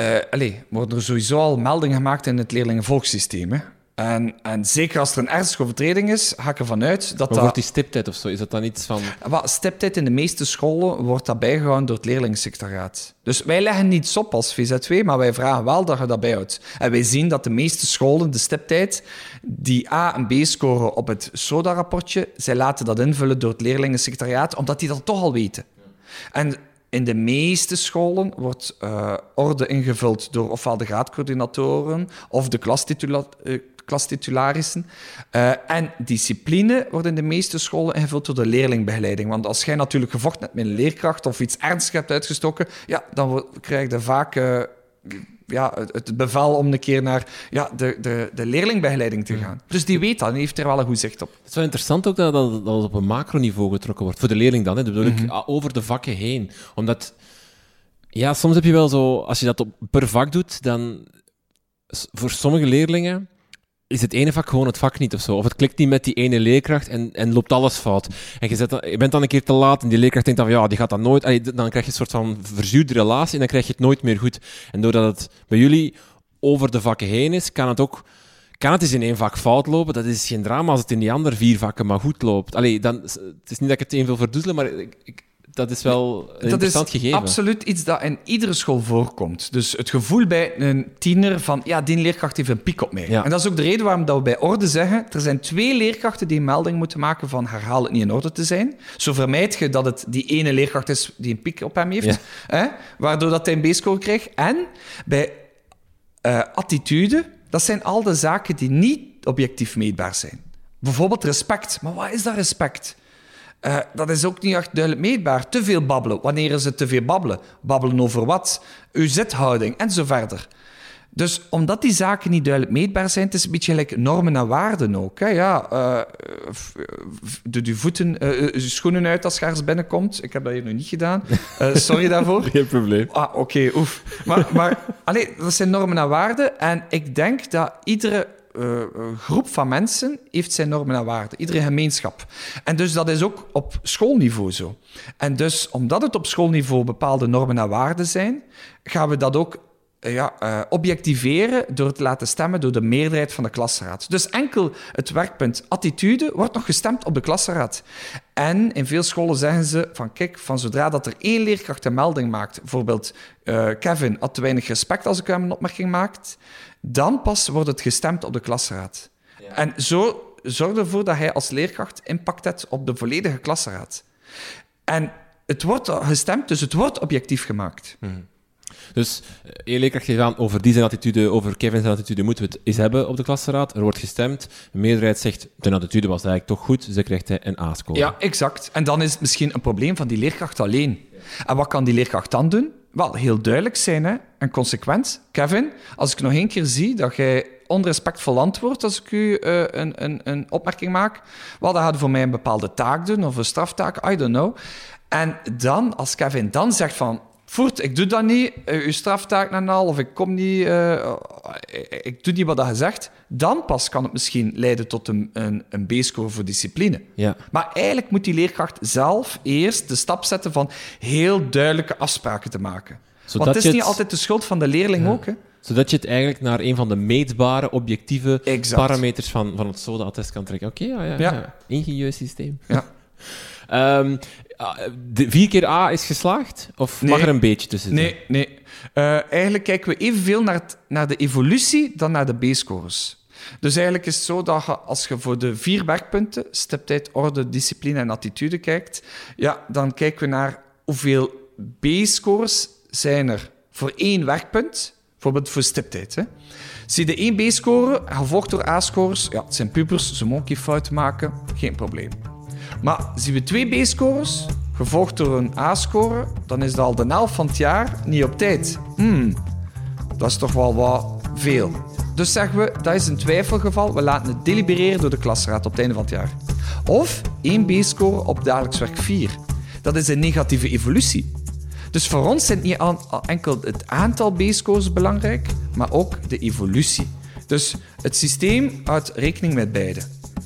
al meldingen gemaakt in het leerlingenvolgsysteem. Hè? En zeker als er een ernstige overtreding is, ga ik ervan uit dat maar wordt die stiptijd of zo? Is dat dan iets van... Stiptijd in de meeste scholen wordt dat bijgehouden door het leerlingensecretariaat. Dus wij leggen niets op als VZW, maar wij vragen wel dat je dat bijhoudt. En wij zien dat de meeste scholen de stiptijd, die A en B scoren op het SODA-rapportje, zij laten dat invullen door het leerlingensecretariaat, omdat die dat toch al weten. En in de meeste scholen wordt orde ingevuld door ofwel de graadcoördinatoren of de klastitularissen. En discipline wordt in de meeste scholen ingevuld door de leerlingbegeleiding. Want als jij natuurlijk gevochten hebt met een leerkracht of iets ernstigs hebt uitgestoken, ja, dan krijg je vaak het bevel om een keer naar de leerlingbegeleiding te gaan. Dus die weet dat en heeft er wel een goed zicht op. Het is wel interessant ook dat het op een macroniveau getrokken wordt. Voor de leerling dan, hè. Dat bedoel ik over de vakken heen. Omdat, ja, soms heb je wel zo... Als je dat per vak doet, dan... Voor sommige leerlingen is het ene vak gewoon het vak niet of zo. Of het klikt niet met die ene leerkracht en loopt alles fout. En je bent dan een keer te laat en die leerkracht denkt dan van, ja, die gaat dat nooit... Dan krijg je een soort van verzuurde relatie en dan krijg je het nooit meer goed. En doordat het bij jullie over de vakken heen is, kan het eens in één vak fout lopen. Dat is geen drama als het in die andere 4 vakken maar goed loopt. Het is niet dat ik het één wil verdoezelen, maar dat is wel een interessant gegeven. Dat is absoluut iets dat in iedere school voorkomt. Dus het gevoel bij een tiener van, ja, die leerkracht heeft een piek op mij. Ja. En dat is ook de reden waarom dat we bij orde zeggen, er zijn 2 leerkrachten die een melding moeten maken van herhaal het niet in orde te zijn. Zo vermijd je dat het die ene leerkracht is die een piek op hem heeft, waardoor dat hij een B-score krijgt. En bij attitude, dat zijn al de zaken die niet objectief meetbaar zijn. Bijvoorbeeld respect. Maar wat is dat respect? Dat is ook niet echt duidelijk meetbaar. Te veel babbelen. Wanneer is het te veel babbelen? Babbelen over wat? Uw zithouding en zo verder. Dus omdat die zaken niet duidelijk meetbaar zijn, het is een beetje gelijk normen en waarden ook. Hè? Ja, doe je schoenen uit als je ergens binnenkomt. Ik heb dat hier nog niet gedaan. Sorry daarvoor. Geen probleem. Oké, oef. Maar dat zijn normen en waarden. En ik denk dat iedere groep van mensen heeft zijn normen en waarden. Iedere gemeenschap. En dus dat is ook op schoolniveau zo. En dus omdat het op schoolniveau bepaalde normen en waarden zijn, gaan we dat ook objectiveren door het te laten stemmen door de meerderheid van de klasraad. Dus enkel het werkpunt attitude wordt nog gestemd op de klasraad. En in veel scholen zeggen ze van kijk, van zodra dat er 1 leerkracht een melding maakt, bijvoorbeeld Kevin had te weinig respect als ik hem een opmerking maakt, dan pas wordt het gestemd op de klasraad. Ja. En zo zorg ervoor dat hij als leerkracht impact heeft op de volledige klasraad. En het wordt gestemd, dus het wordt objectief gemaakt. Dus 1 leerkracht geeft aan over die zijn attitude, over Kevin zijn attitude moeten we het eens hebben op de klasraad. Er wordt gestemd, de meerderheid zegt de attitude was eigenlijk toch goed, dus dan krijgt hij een A-score. Ja, exact. En dan is het misschien een probleem van die leerkracht alleen. En wat kan die leerkracht dan doen? Wel, heel duidelijk zijn hè? En consequent. Kevin, als ik nog 1 keer zie dat jij onrespectvol antwoordt als ik u een opmerking maak, wel, dan gaat hij voor mij een bepaalde taak doen of een straftaak, I don't know. En dan, als Kevin dan zegt van Voert, ik doe dat niet, uw straftaak en al, of ik kom niet, ik doe niet wat je zegt, dan pas kan het misschien leiden tot een B-score voor discipline. Ja. Maar eigenlijk moet die leerkracht zelf eerst de stap zetten van heel duidelijke afspraken te maken. Zodat Want het je is niet het- altijd de schuld van de leerling ook. Hè? Zodat je het eigenlijk naar een van de meetbare, objectieve Exact. parameters van het SODA-attest kan trekken. Oké, ja. Ja. Ingenieus systeem. Ja. De 4 keer A is geslaagd? Of mag Nee. er een beetje tussen zitten? Nee. Eigenlijk kijken we evenveel naar de evolutie dan naar de B-scores. Dus eigenlijk is het zo dat als je voor de 4 werkpunten, stiptheid, orde, discipline en attitude kijkt, ja, dan kijken we naar hoeveel B-scores zijn er voor 1 werkpunt, bijvoorbeeld voor stiptheid. Hè. Zie je de 1 B-score, gevolgd door A-scores, ja, het zijn pubers, ze mogen fouten maken, geen probleem. Maar zien we 2 B-scores, gevolgd door een A-score, dan is dat al de helft van het jaar niet op tijd. Dat is toch wel wat veel. Dus zeggen we, dat is een twijfelgeval, we laten het delibereren door de klasraad op het einde van het jaar. Of 1 B-score op dagelijks werk 4. Dat is een negatieve evolutie. Dus voor ons zijn niet enkel het aantal B-scores belangrijk, maar ook de evolutie. Dus het systeem houdt rekening met beide.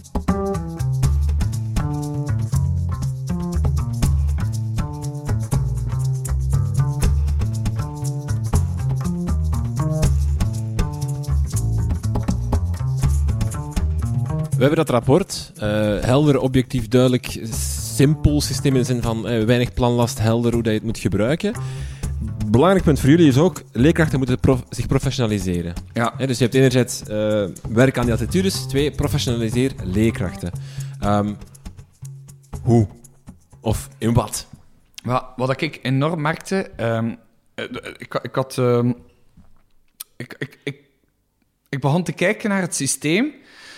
We hebben dat rapport. Helder, objectief, duidelijk, simpel systeem in de zin van weinig planlast, helder hoe dat je het moet gebruiken. Belangrijk punt voor jullie is ook, leerkrachten moeten zich professionaliseren. Ja. Dus je hebt enerzijds werk aan die attitudes, 2, professionaliseer leerkrachten. Hoe? Of in wat? Wat ik enorm merkte, ik begon te kijken naar het systeem,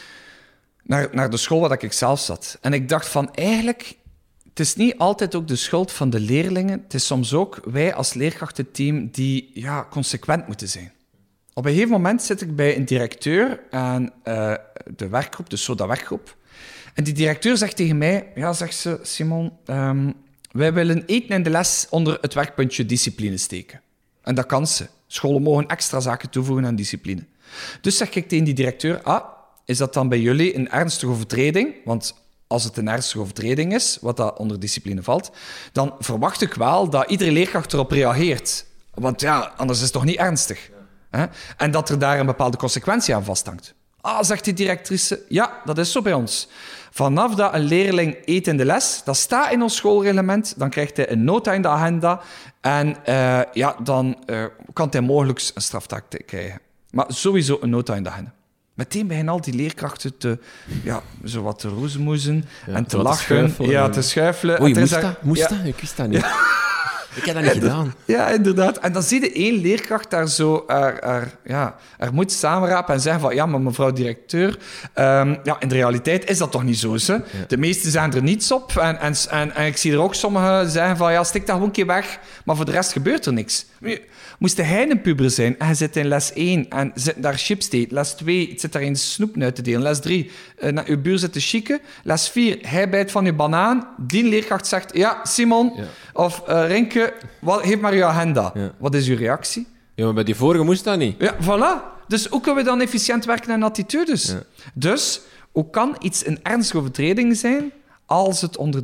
naar de school waar ik zelf zat. En ik dacht van, eigenlijk, het is niet altijd ook de schuld van de leerlingen. Het is soms ook wij als leerkrachtenteam die consequent moeten zijn. Op een gegeven moment zit ik bij een directeur aan de werkgroep, de SODA-werkgroep. En die directeur zegt tegen mij, zegt ze, Simon, wij willen eten in de les onder het werkpuntje discipline steken. En dat kan ze. Scholen mogen extra zaken toevoegen aan discipline. Dus zeg ik tegen die directeur, is dat dan bij jullie een ernstige overtreding? Want als het een ernstige overtreding is, wat dat onder discipline valt, dan verwacht ik wel dat iedere leerkracht erop reageert. Want anders is het toch niet ernstig? Hè? En dat er daar een bepaalde consequentie aan vasthangt. Zegt die directrice, ja, dat is zo bij ons. Vanaf dat een leerling eet in de les, dat staat in ons schoolreglement, dan krijgt hij een nota in de agenda en dan kan hij mogelijk een straftaak krijgen. Maar sowieso een nota in de agenda. Meteen beginnen al die leerkrachten zo wat te roezemoezen en te lachen. Te schuifelen. Oei, moest dat? Ik wist dat niet. Ja. Ik heb dat niet gedaan. Ja, inderdaad. En dan zie je één leerkracht daar zo er moet samenrapen en zeggen van, maar mevrouw directeur, in de realiteit is dat toch niet zo, hè? Ja. De meesten zijn er niets op. En ik zie er ook sommigen zeggen van, stik dat gewoon een keer weg, maar voor de rest gebeurt er niks. Moest hij een puber zijn en hij zit in les 1 en zit daar chips te eten. Les 2 zit daar een snoep uit te delen. Les 3 naar uw buur zit te chicken. Les 4 hij bijt van je banaan. Die leerkracht zegt, Simon of Rinke, geef maar je agenda. Ja. Wat is uw reactie? Ja, maar bij die vorige moest dat niet. Ja, voilà. Dus hoe kunnen we dan efficiënt werken aan attitudes? Ja. Dus hoe kan iets een ernstige overtreding zijn als het onder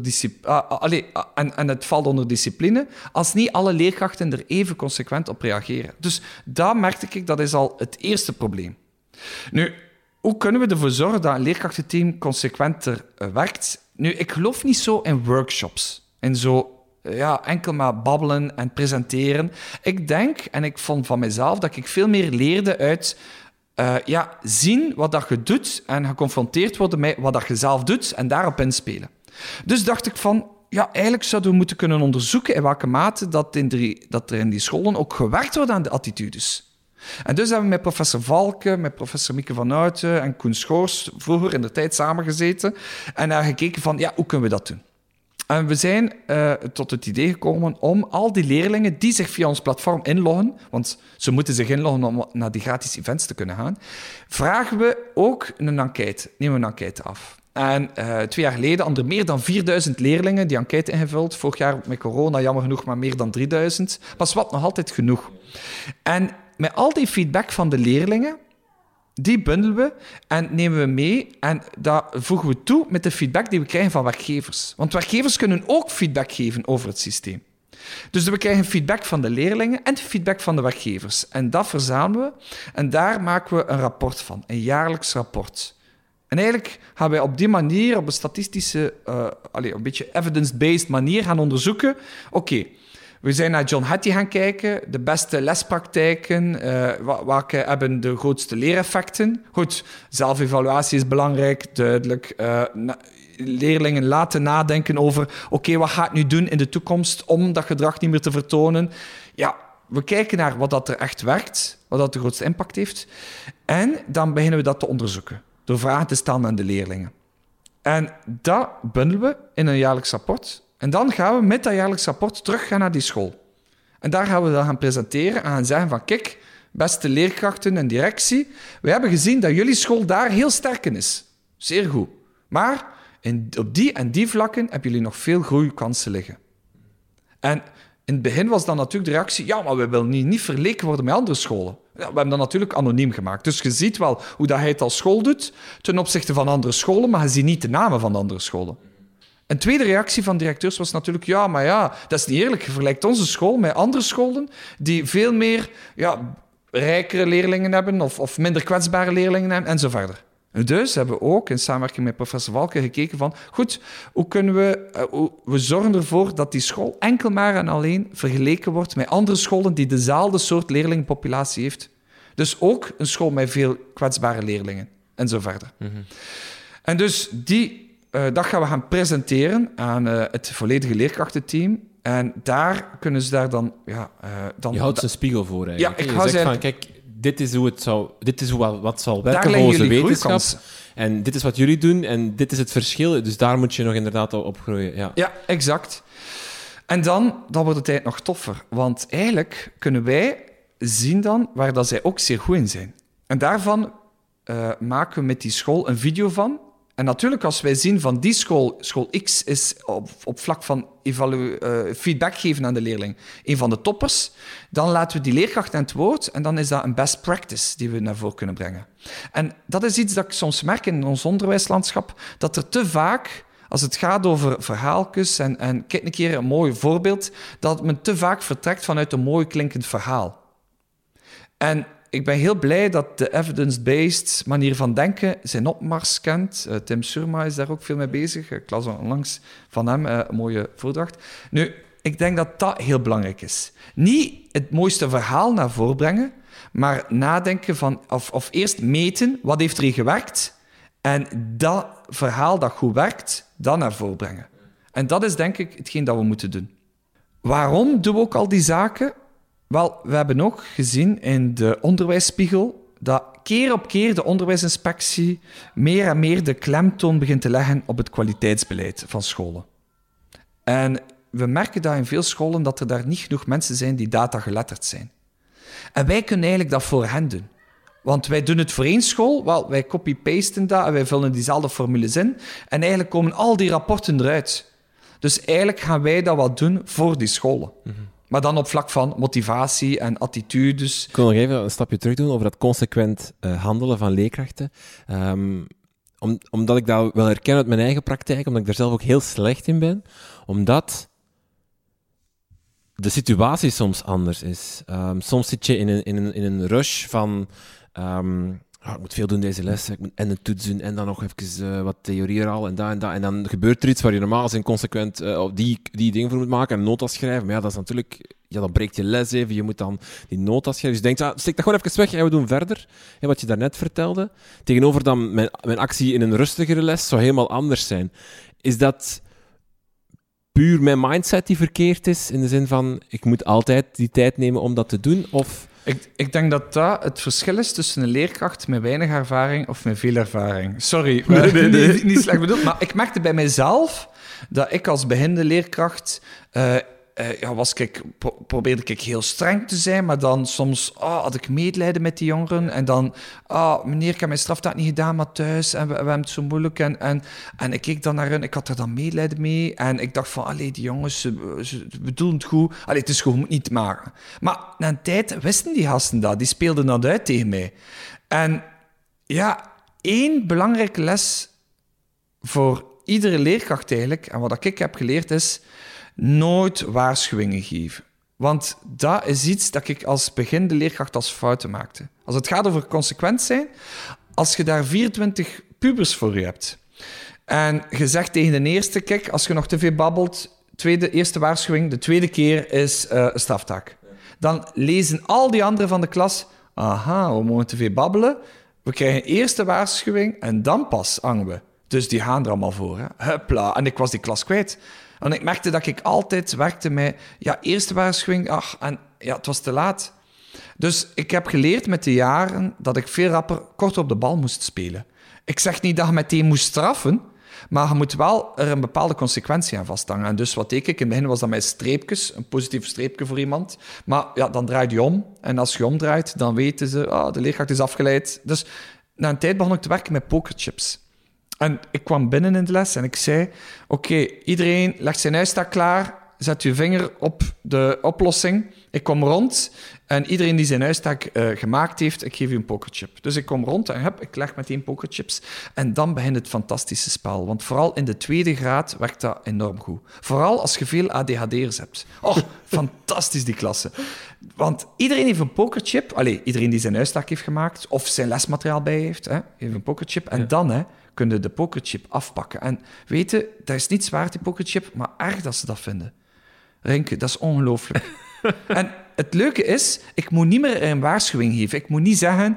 en het valt onder discipline, als niet alle leerkrachten er even consequent op reageren. Dus daar merkte ik, dat is al het eerste probleem. Nu, hoe kunnen we ervoor zorgen dat een leerkrachtenteam consequenter werkt? Nu, ik geloof niet zo in workshops. En zo enkel maar babbelen en presenteren. Ik denk, en ik vond van mezelf, dat ik veel meer leerde uit zien wat dat je doet en geconfronteerd worden met wat dat je zelf doet en daarop inspelen. Dus dacht ik van, eigenlijk zouden we moeten kunnen onderzoeken in welke mate dat er in die scholen ook gewerkt wordt aan de attitudes. En dus hebben we met professor Valke, met professor Mieke van Houten en Koen Schoors vroeger in de tijd samengezeten en daar gekeken van, hoe kunnen we dat doen? En we zijn tot het idee gekomen om al die leerlingen die zich via ons platform inloggen, want ze moeten zich inloggen om naar die gratis events te kunnen gaan, vragen we ook een enquête, nemen we een enquête af. En 2 jaar geleden hadden er meer dan 4000 leerlingen die enquête ingevuld. Vorig jaar met corona, jammer genoeg, maar meer dan 3000. Maar wat nog altijd genoeg. En met al die feedback van de leerlingen, die bundelen we en nemen we mee. En dat voegen we toe met de feedback die we krijgen van werkgevers. Want werkgevers kunnen ook feedback geven over het systeem. Dus we krijgen feedback van de leerlingen en feedback van de werkgevers. En dat verzamelen we. En daar maken we een rapport van. Een jaarlijks rapport. En eigenlijk gaan wij op die manier, op een statistische, een beetje evidence-based manier gaan onderzoeken. Oké, we zijn naar John Hattie gaan kijken, de beste lespraktijken, welke hebben de grootste leereffecten. Goed, zelfevaluatie is belangrijk, duidelijk. Leerlingen laten nadenken over, oké, wat ga ik nu doen in de toekomst om dat gedrag niet meer te vertonen? Ja, we kijken naar wat dat er echt werkt, wat dat de grootste impact heeft. En dan beginnen we dat te onderzoeken, door vragen te stellen aan de leerlingen. En dat bundelen we in een jaarlijks rapport. En dan gaan we met dat jaarlijks rapport terug naar die school. En daar gaan we dat gaan presenteren en gaan zeggen van, kijk, beste leerkrachten en directie, we hebben gezien dat jullie school daar heel sterk in is. Zeer goed. Maar op die en die vlakken hebben jullie nog veel groeikansen liggen. En in het begin was dan natuurlijk de reactie, ja, maar we willen niet vergeleken worden met andere scholen. Ja, we hebben dat natuurlijk anoniem gemaakt. Dus je ziet wel hoe dat hij het als school doet ten opzichte van andere scholen, maar je ziet niet de namen van de andere scholen. Een tweede reactie van directeurs was natuurlijk, ja, dat is niet eerlijk. Je vergelijkt onze school met andere scholen die veel meer rijkere leerlingen hebben of minder kwetsbare leerlingen hebben en zo verder. Dus hebben we ook in samenwerking met professor Valken gekeken van, goed, hoe kunnen we zorgen ervoor dat die school enkel maar en alleen vergeleken wordt met andere scholen die dezelfde soort leerlingenpopulatie heeft. Dus ook een school met veel kwetsbare leerlingen en zo verder. Mm-hmm. En dus dat gaan we gaan presenteren aan het volledige leerkrachtenteam. En daar kunnen ze daar dan... Je houdt een spiegel voor eigenlijk. Ja, ik je zegt van, kijk, dit is wat zal werken voor onze wetenschap. En dit is wat jullie doen en dit is het verschil. Dus daar moet je nog inderdaad op groeien. Ja, exact. En dan wordt het eigenlijk nog toffer. Want eigenlijk kunnen wij zien dan waar dat zij ook zeer goed in zijn. En daarvan maken we met die school een video van. En natuurlijk, als wij zien van die school X is op vlak van feedback geven aan de leerling een van de toppers, dan laten we die leerkracht aan het woord en dan is dat een best practice die we naar voren kunnen brengen. En dat is iets dat ik soms merk in ons onderwijslandschap, dat er te vaak, als het gaat over verhaaltjes en kijk een keer een mooi voorbeeld, dat men te vaak vertrekt vanuit een mooi klinkend verhaal. En ik ben heel blij dat de evidence-based manier van denken zijn opmars kent. Tim Surma is daar ook veel mee bezig. Ik las onlangs van hem een mooie voordracht. Nu, ik denk dat dat heel belangrijk is. Niet het mooiste verhaal naar voren brengen, maar nadenken van, of eerst meten, wat heeft er gewerkt, en dat verhaal dat goed werkt, dan naar voren brengen. En dat is denk ik hetgeen dat we moeten doen. Waarom doen we ook al die zaken? Wel, we hebben ook gezien in de onderwijsspiegel dat keer op keer de onderwijsinspectie meer en meer de klemtoon begint te leggen op het kwaliteitsbeleid van scholen. En we merken dat in veel scholen dat er daar niet genoeg mensen zijn die datageletterd zijn. En wij kunnen eigenlijk dat voor hen doen. Want wij doen het voor één school, wel, wij copy-pasten dat en wij vullen diezelfde formules in. En eigenlijk komen al die rapporten eruit. Dus eigenlijk gaan wij dat wat doen voor die scholen. Mm-hmm. Maar dan op vlak van motivatie en attitudes. Ik wil nog even een stapje terug doen over dat consequent handelen van leerkrachten. Omdat ik dat wel herken uit mijn eigen praktijk, omdat ik daar zelf ook heel slecht in ben. Omdat de situatie soms anders is. Soms zit je in een rush van... ik moet veel doen deze les, ik moet en een toets doen en dan nog even wat theorie al en dat en dat. En dan gebeurt er iets waar je normaal eens consequent die dingen voor moet maken en notas schrijven. Maar ja, dat is natuurlijk... Ja, dan breekt je les even, je moet dan die notas schrijven. Dus je denkt, steek dat gewoon even weg en we doen verder. Wat je daarnet vertelde. Tegenover dan mijn actie in een rustigere les zou helemaal anders zijn. Is dat puur mijn mindset die verkeerd is? In de zin van, ik moet altijd die tijd nemen om dat te doen? Of... Ik denk dat dat het verschil is tussen een leerkracht met weinig ervaring of met veel ervaring. Sorry, niet slecht bedoeld, maar ik merkte bij mijzelf dat ik als beginnende leerkracht probeerde ik heel streng te zijn, maar dan soms had ik medelijden met die jongeren. En dan, meneer, ik heb mijn straftaak niet gedaan, maar thuis. En we hebben het zo moeilijk. En ik keek dan naar hen, ik had er dan medelijden mee. En ik dacht van, die jongens, ze bedoelen het goed. Het is goed, je moet niet maken. Maar na een tijd wisten die gasten dat. Die speelden dat uit tegen mij. En ja, 1 belangrijke les voor iedere leerkracht eigenlijk, en wat ik heb geleerd is, nooit waarschuwingen geven. Want dat is iets dat ik als beginnende leerkracht als fouten maakte. Als het gaat over consequent zijn, als je daar 24 pubers voor je hebt, en je zegt tegen de eerste, kijk, als je nog te veel babbelt, eerste waarschuwing, de tweede keer is een straftaak. Dan lezen al die anderen van de klas, aha, we mogen te veel babbelen, we krijgen eerste waarschuwing en dan pas hangen we. Dus die gaan er allemaal voor. Hè. Huppla. En ik was die klas kwijt. En ik merkte dat ik altijd werkte met... eerste waarschuwing, het was te laat. Dus ik heb geleerd met de jaren dat ik veel rapper kort op de bal moest spelen. Ik zeg niet dat je meteen moest straffen, maar je moet wel er een bepaalde consequentie aan vasthangen. En dus wat deed ik? In het begin was dat met streepjes, een positief streepje voor iemand. Maar dan draai je om. En als je omdraait, dan weten ze, de leerkracht is afgeleid. Dus na een tijd begon ik te werken met pokerchips. En ik kwam binnen in de les en ik zei, oké, iedereen legt zijn huistaak klaar, zet je vinger op de oplossing. Ik kom rond en iedereen die zijn huistaak gemaakt heeft, ik geef u een pokerchip. Dus ik kom rond en ik leg meteen pokerchips. En dan begint het fantastische spel. Want vooral in de 2e graad werkt dat enorm goed. Vooral als je veel ADHD'ers hebt. Fantastisch die klasse. Want iedereen heeft een pokerchip. Iedereen die zijn huistaak heeft gemaakt of zijn lesmateriaal bij heeft, heeft een pokerchip. En dan kunnen de pokerchip afpakken. En weten, dat is niet zwaar, die pokerchip, maar erg dat ze dat vinden. Renke, dat is ongelooflijk. En het leuke is, ik moet niet meer een waarschuwing geven. Ik moet niet zeggen,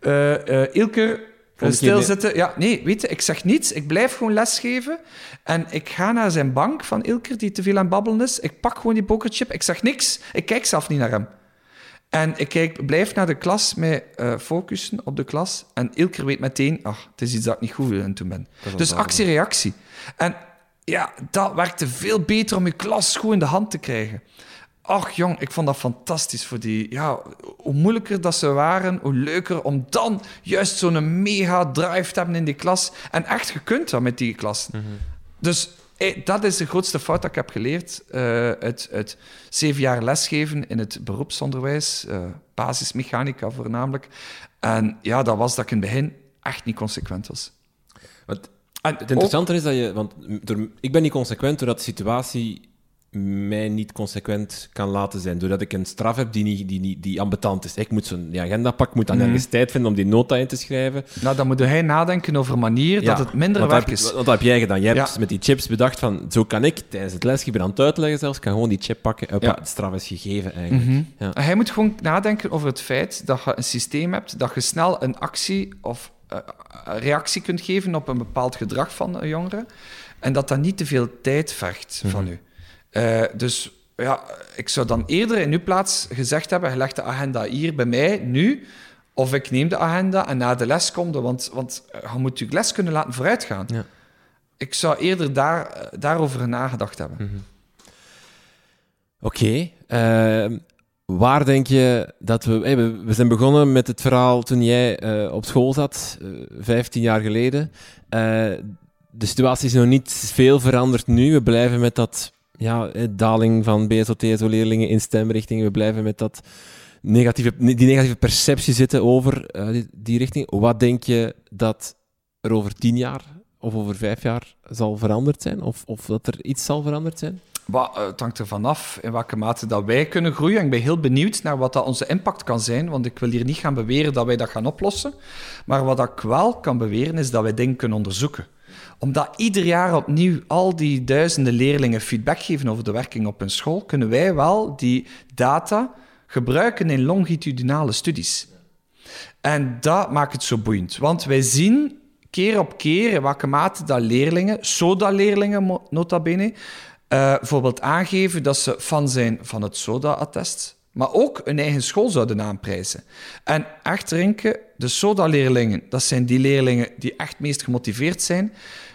Ilker, stilzitten. Ja, nee, weet je, ik zeg niets. Ik blijf gewoon lesgeven. En ik ga naar zijn bank van Ilker, die te veel aan het babbelen is. Ik pak gewoon die pokerchip. Ik zeg niks. Ik kijk zelf niet naar hem. En ik blijf naar de klas met focussen op de klas. En Ilker weet meteen, het is iets dat ik niet goed aan toen ben. Dus actie-reactie. En ja, dat werkte veel beter om je klas goed in de hand te krijgen. Ach jong, ik vond dat fantastisch voor die... Ja, hoe moeilijker dat ze waren, hoe leuker om dan juist zo'n mega drive te hebben in die klas. En echt, je kunt dat met die klas. Mm-hmm. Dus dat is de grootste fout dat ik heb geleerd. Het 7 jaar lesgeven in het beroepsonderwijs. Basismechanica voornamelijk. En ja, dat was dat ik in het begin echt niet consequent was. Het interessante is dat je... Want ik ben niet consequent doordat de situatie mij niet consequent kan laten zijn. Doordat ik een straf heb die ambetant is. Ik moet zo'n agenda pakken, moet dan ergens tijd vinden om die nota in te schrijven. Nou, dan moet hij nadenken over een manier dat het minder werk is. Wat heb jij gedaan? Jij hebt met die chips bedacht van, zo kan ik tijdens het lesgeven aan het uitleggen zelfs, kan gewoon die chip pakken. De straf is gegeven eigenlijk. Mm-hmm. Ja. Hij moet gewoon nadenken over het feit dat je een systeem hebt, dat je snel een actie of reactie kunt geven op een bepaald gedrag van een jongere en dat niet te veel tijd vergt van u. Dus ja, ik zou dan eerder in uw plaats gezegd hebben, je legt de agenda hier bij mij, nu, of ik neem de agenda en na de les komt, want je moet je les kunnen laten vooruitgaan. Ja. Ik zou eerder daarover nagedacht hebben. Mm-hmm. Oké. Waar denk je dat we zijn begonnen met het verhaal toen jij op school zat, 15 jaar geleden. De situatie is nog niet veel veranderd nu. We blijven met dat daling van BSO-TSO-leerlingen in stemrichting. We blijven met die negatieve perceptie zitten over die richting. Wat denk je dat er over 10 jaar of over 5 jaar zal veranderd zijn? Of dat er iets zal veranderd zijn? Het hangt ervan af in welke mate dat wij kunnen groeien. Ik ben heel benieuwd naar wat dat onze impact kan zijn, want ik wil hier niet gaan beweren dat wij dat gaan oplossen. Maar wat ik wel kan beweren, is dat wij dingen kunnen onderzoeken. Omdat ieder jaar opnieuw al die duizenden leerlingen feedback geven over de werking op hun school, kunnen wij wel die data gebruiken in longitudinale studies. En dat maakt het zo boeiend. Want wij zien keer op keer in welke mate dat leerlingen, SODA-leerlingen nota bene, bijvoorbeeld aangeven dat ze fan zijn van het SODA-attest, maar ook hun eigen school zouden aanprijzen. En echt, Renke, de SODA-leerlingen, dat zijn die leerlingen die echt meest gemotiveerd zijn,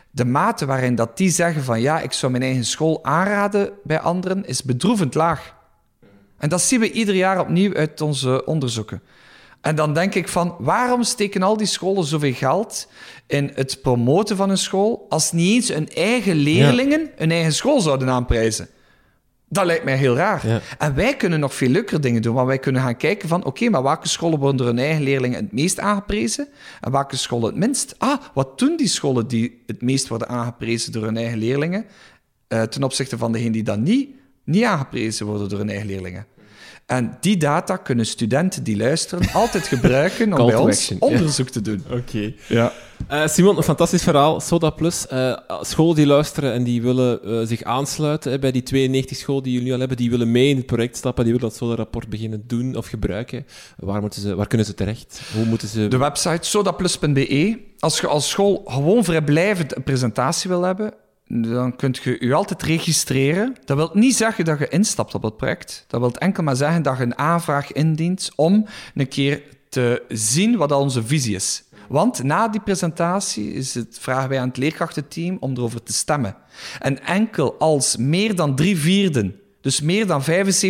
de mate waarin dat die zeggen van ja, ik zou mijn eigen school aanraden bij anderen, is bedroevend laag. En dat zien we ieder jaar opnieuw uit onze onderzoeken. En dan denk ik van, waarom steken al die scholen zoveel geld in het promoten van een school, als niet eens hun eigen leerlingen hun eigen school zouden aanprijzen? Dat lijkt mij heel raar. Ja. En wij kunnen nog veel leukere dingen doen, want wij kunnen gaan kijken van, oké, maar welke scholen worden door hun eigen leerlingen het meest aangeprezen en welke scholen het minst? Wat doen die scholen die het meest worden aangeprezen door hun eigen leerlingen ten opzichte van degenen die dan niet aangeprezen worden door hun eigen leerlingen? En die data kunnen studenten die luisteren altijd gebruiken om bij ons onderzoek te doen. Oké. Ja. Simon, een fantastisch verhaal. Soda Plus. Scholen die luisteren en die willen zich aansluiten bij die 92 scholen die jullie nu al hebben, die willen mee in het project stappen, die willen dat Soda-rapport beginnen doen of gebruiken. Waar kunnen ze terecht? Hoe moeten ze... De website sodaplus.be. Als je als school gewoon vrijblijvend een presentatie wil hebben, dan kunt je je altijd registreren. Dat wil niet zeggen dat je instapt op het project. Dat wil enkel maar zeggen dat je een aanvraag indient om een keer te zien wat onze visie is. Want na die presentatie vragen wij aan het leerkrachtenteam om erover te stemmen. En enkel als meer dan 3/4, dus meer dan 75%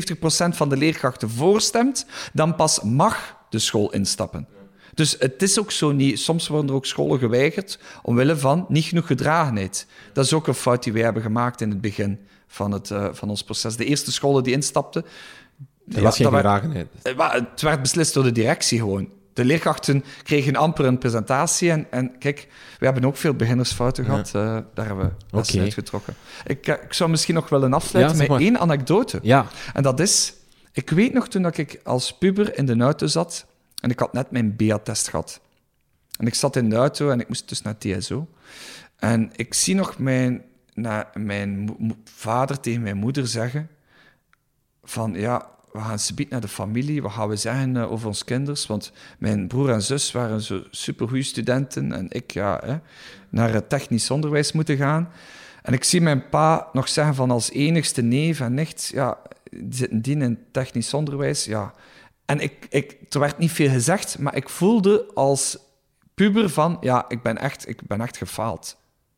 van de leerkrachten voorstemt, dan pas mag de school instappen. Dus het is ook zo niet... Soms worden er ook scholen geweigerd omwille van niet genoeg gedragenheid. Dat is ook een fout die wij hebben gemaakt in het begin van ons proces. De eerste scholen die instapten... Er was geen gedragenheid. Het werd beslist door de directie gewoon. De leerkrachten kregen amper een presentatie. En kijk, we hebben ook veel beginnersfouten gehad. Daar hebben we lessen uitgetrokken. Ik zou misschien nog willen afsluiten met één anekdote. Ja. En dat is... Ik weet nog toen ik als puber in de auto zat... En ik had net mijn BA-test gehad. En ik zat in de auto en ik moest dus naar TSO. En ik zie nog mijn vader tegen mijn moeder zeggen van ja, we gaan subiet naar de familie, wat gaan we zeggen over ons kinders? Want mijn broer en zus waren zo supergoeie studenten en ik naar het technisch onderwijs moeten gaan. En ik zie mijn pa nog zeggen van als enigste neef en nicht, zitten die in technisch onderwijs, ja... En er werd niet veel gezegd, maar ik voelde als puber van... Ja, ik ben echt gefaald.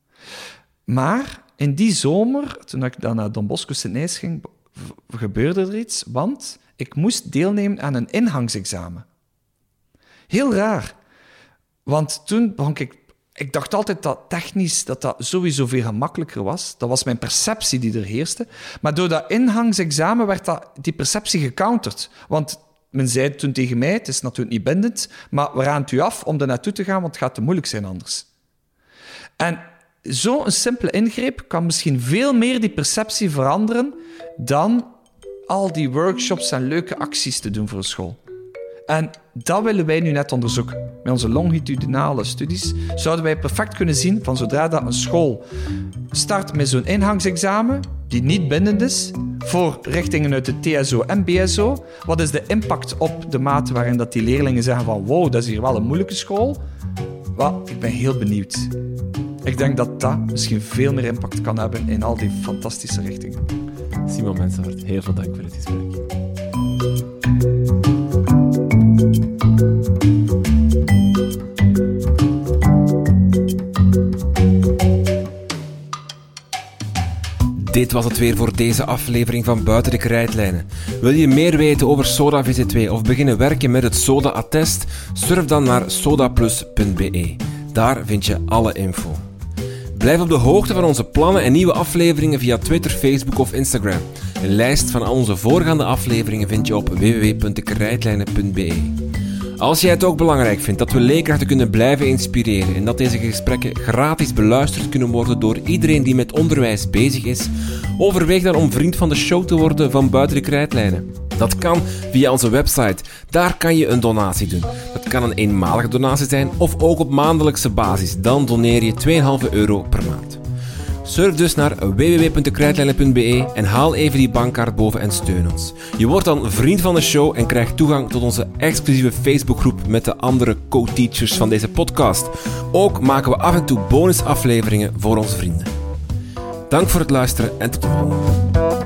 Maar in die zomer, toen ik dan naar Don Bosco Sint-Nijs ging, gebeurde er iets, want ik moest deelnemen aan een ingangsexamen. Heel raar. Want toen begon ik dacht altijd dat technisch dat sowieso veel gemakkelijker was. Dat was mijn perceptie die er heerste. Maar door dat ingangsexamen werd die perceptie gecounterd. Want... Men zei toen tegen mij, het is natuurlijk niet bindend, maar we raden het u af om er naartoe te gaan, want het gaat te moeilijk zijn anders. En zo'n simpele ingreep kan misschien veel meer die perceptie veranderen dan al die workshops en leuke acties te doen voor een school. En dat willen wij nu net onderzoeken. Met onze longitudinale studies zouden wij perfect kunnen zien van zodra dat een school start met zo'n ingangsexamen, die niet bindend is, voor richtingen uit de TSO en BSO, wat is de impact op de mate waarin dat die leerlingen zeggen van wow, dat is hier wel een moeilijke school? Wel, ik ben heel benieuwd. Ik denk dat dat misschien veel meer impact kan hebben in al die fantastische richtingen. Simon Mensenhart, heel veel dank voor het gesprek. Dit was het weer voor deze aflevering van Buiten de Krijtlijnen. Wil je meer weten over Soda VC2 of beginnen werken met het Soda-attest? Surf dan naar sodaplus.be. Daar vind je alle info. Blijf op de hoogte van onze plannen en nieuwe afleveringen via Twitter, Facebook of Instagram. Een lijst van al onze voorgaande afleveringen vind je op www.dekrijtlijnen.be. Als jij het ook belangrijk vindt dat we leerkrachten kunnen blijven inspireren en dat deze gesprekken gratis beluisterd kunnen worden door iedereen die met onderwijs bezig is, overweeg dan om vriend van de show te worden van Buiten de Krijtlijnen. Dat kan via onze website. Daar kan je een donatie doen. Dat kan een eenmalige donatie zijn of ook op maandelijkse basis. Dan doneer je €2,5 per maand. Surf dus naar www.dekrijtlijnen.be en haal even die bankkaart boven en steun ons. Je wordt dan vriend van de show en krijgt toegang tot onze exclusieve Facebookgroep met de andere co-teachers van deze podcast. Ook maken we af en toe bonusafleveringen voor onze vrienden. Dank voor het luisteren en tot de volgende.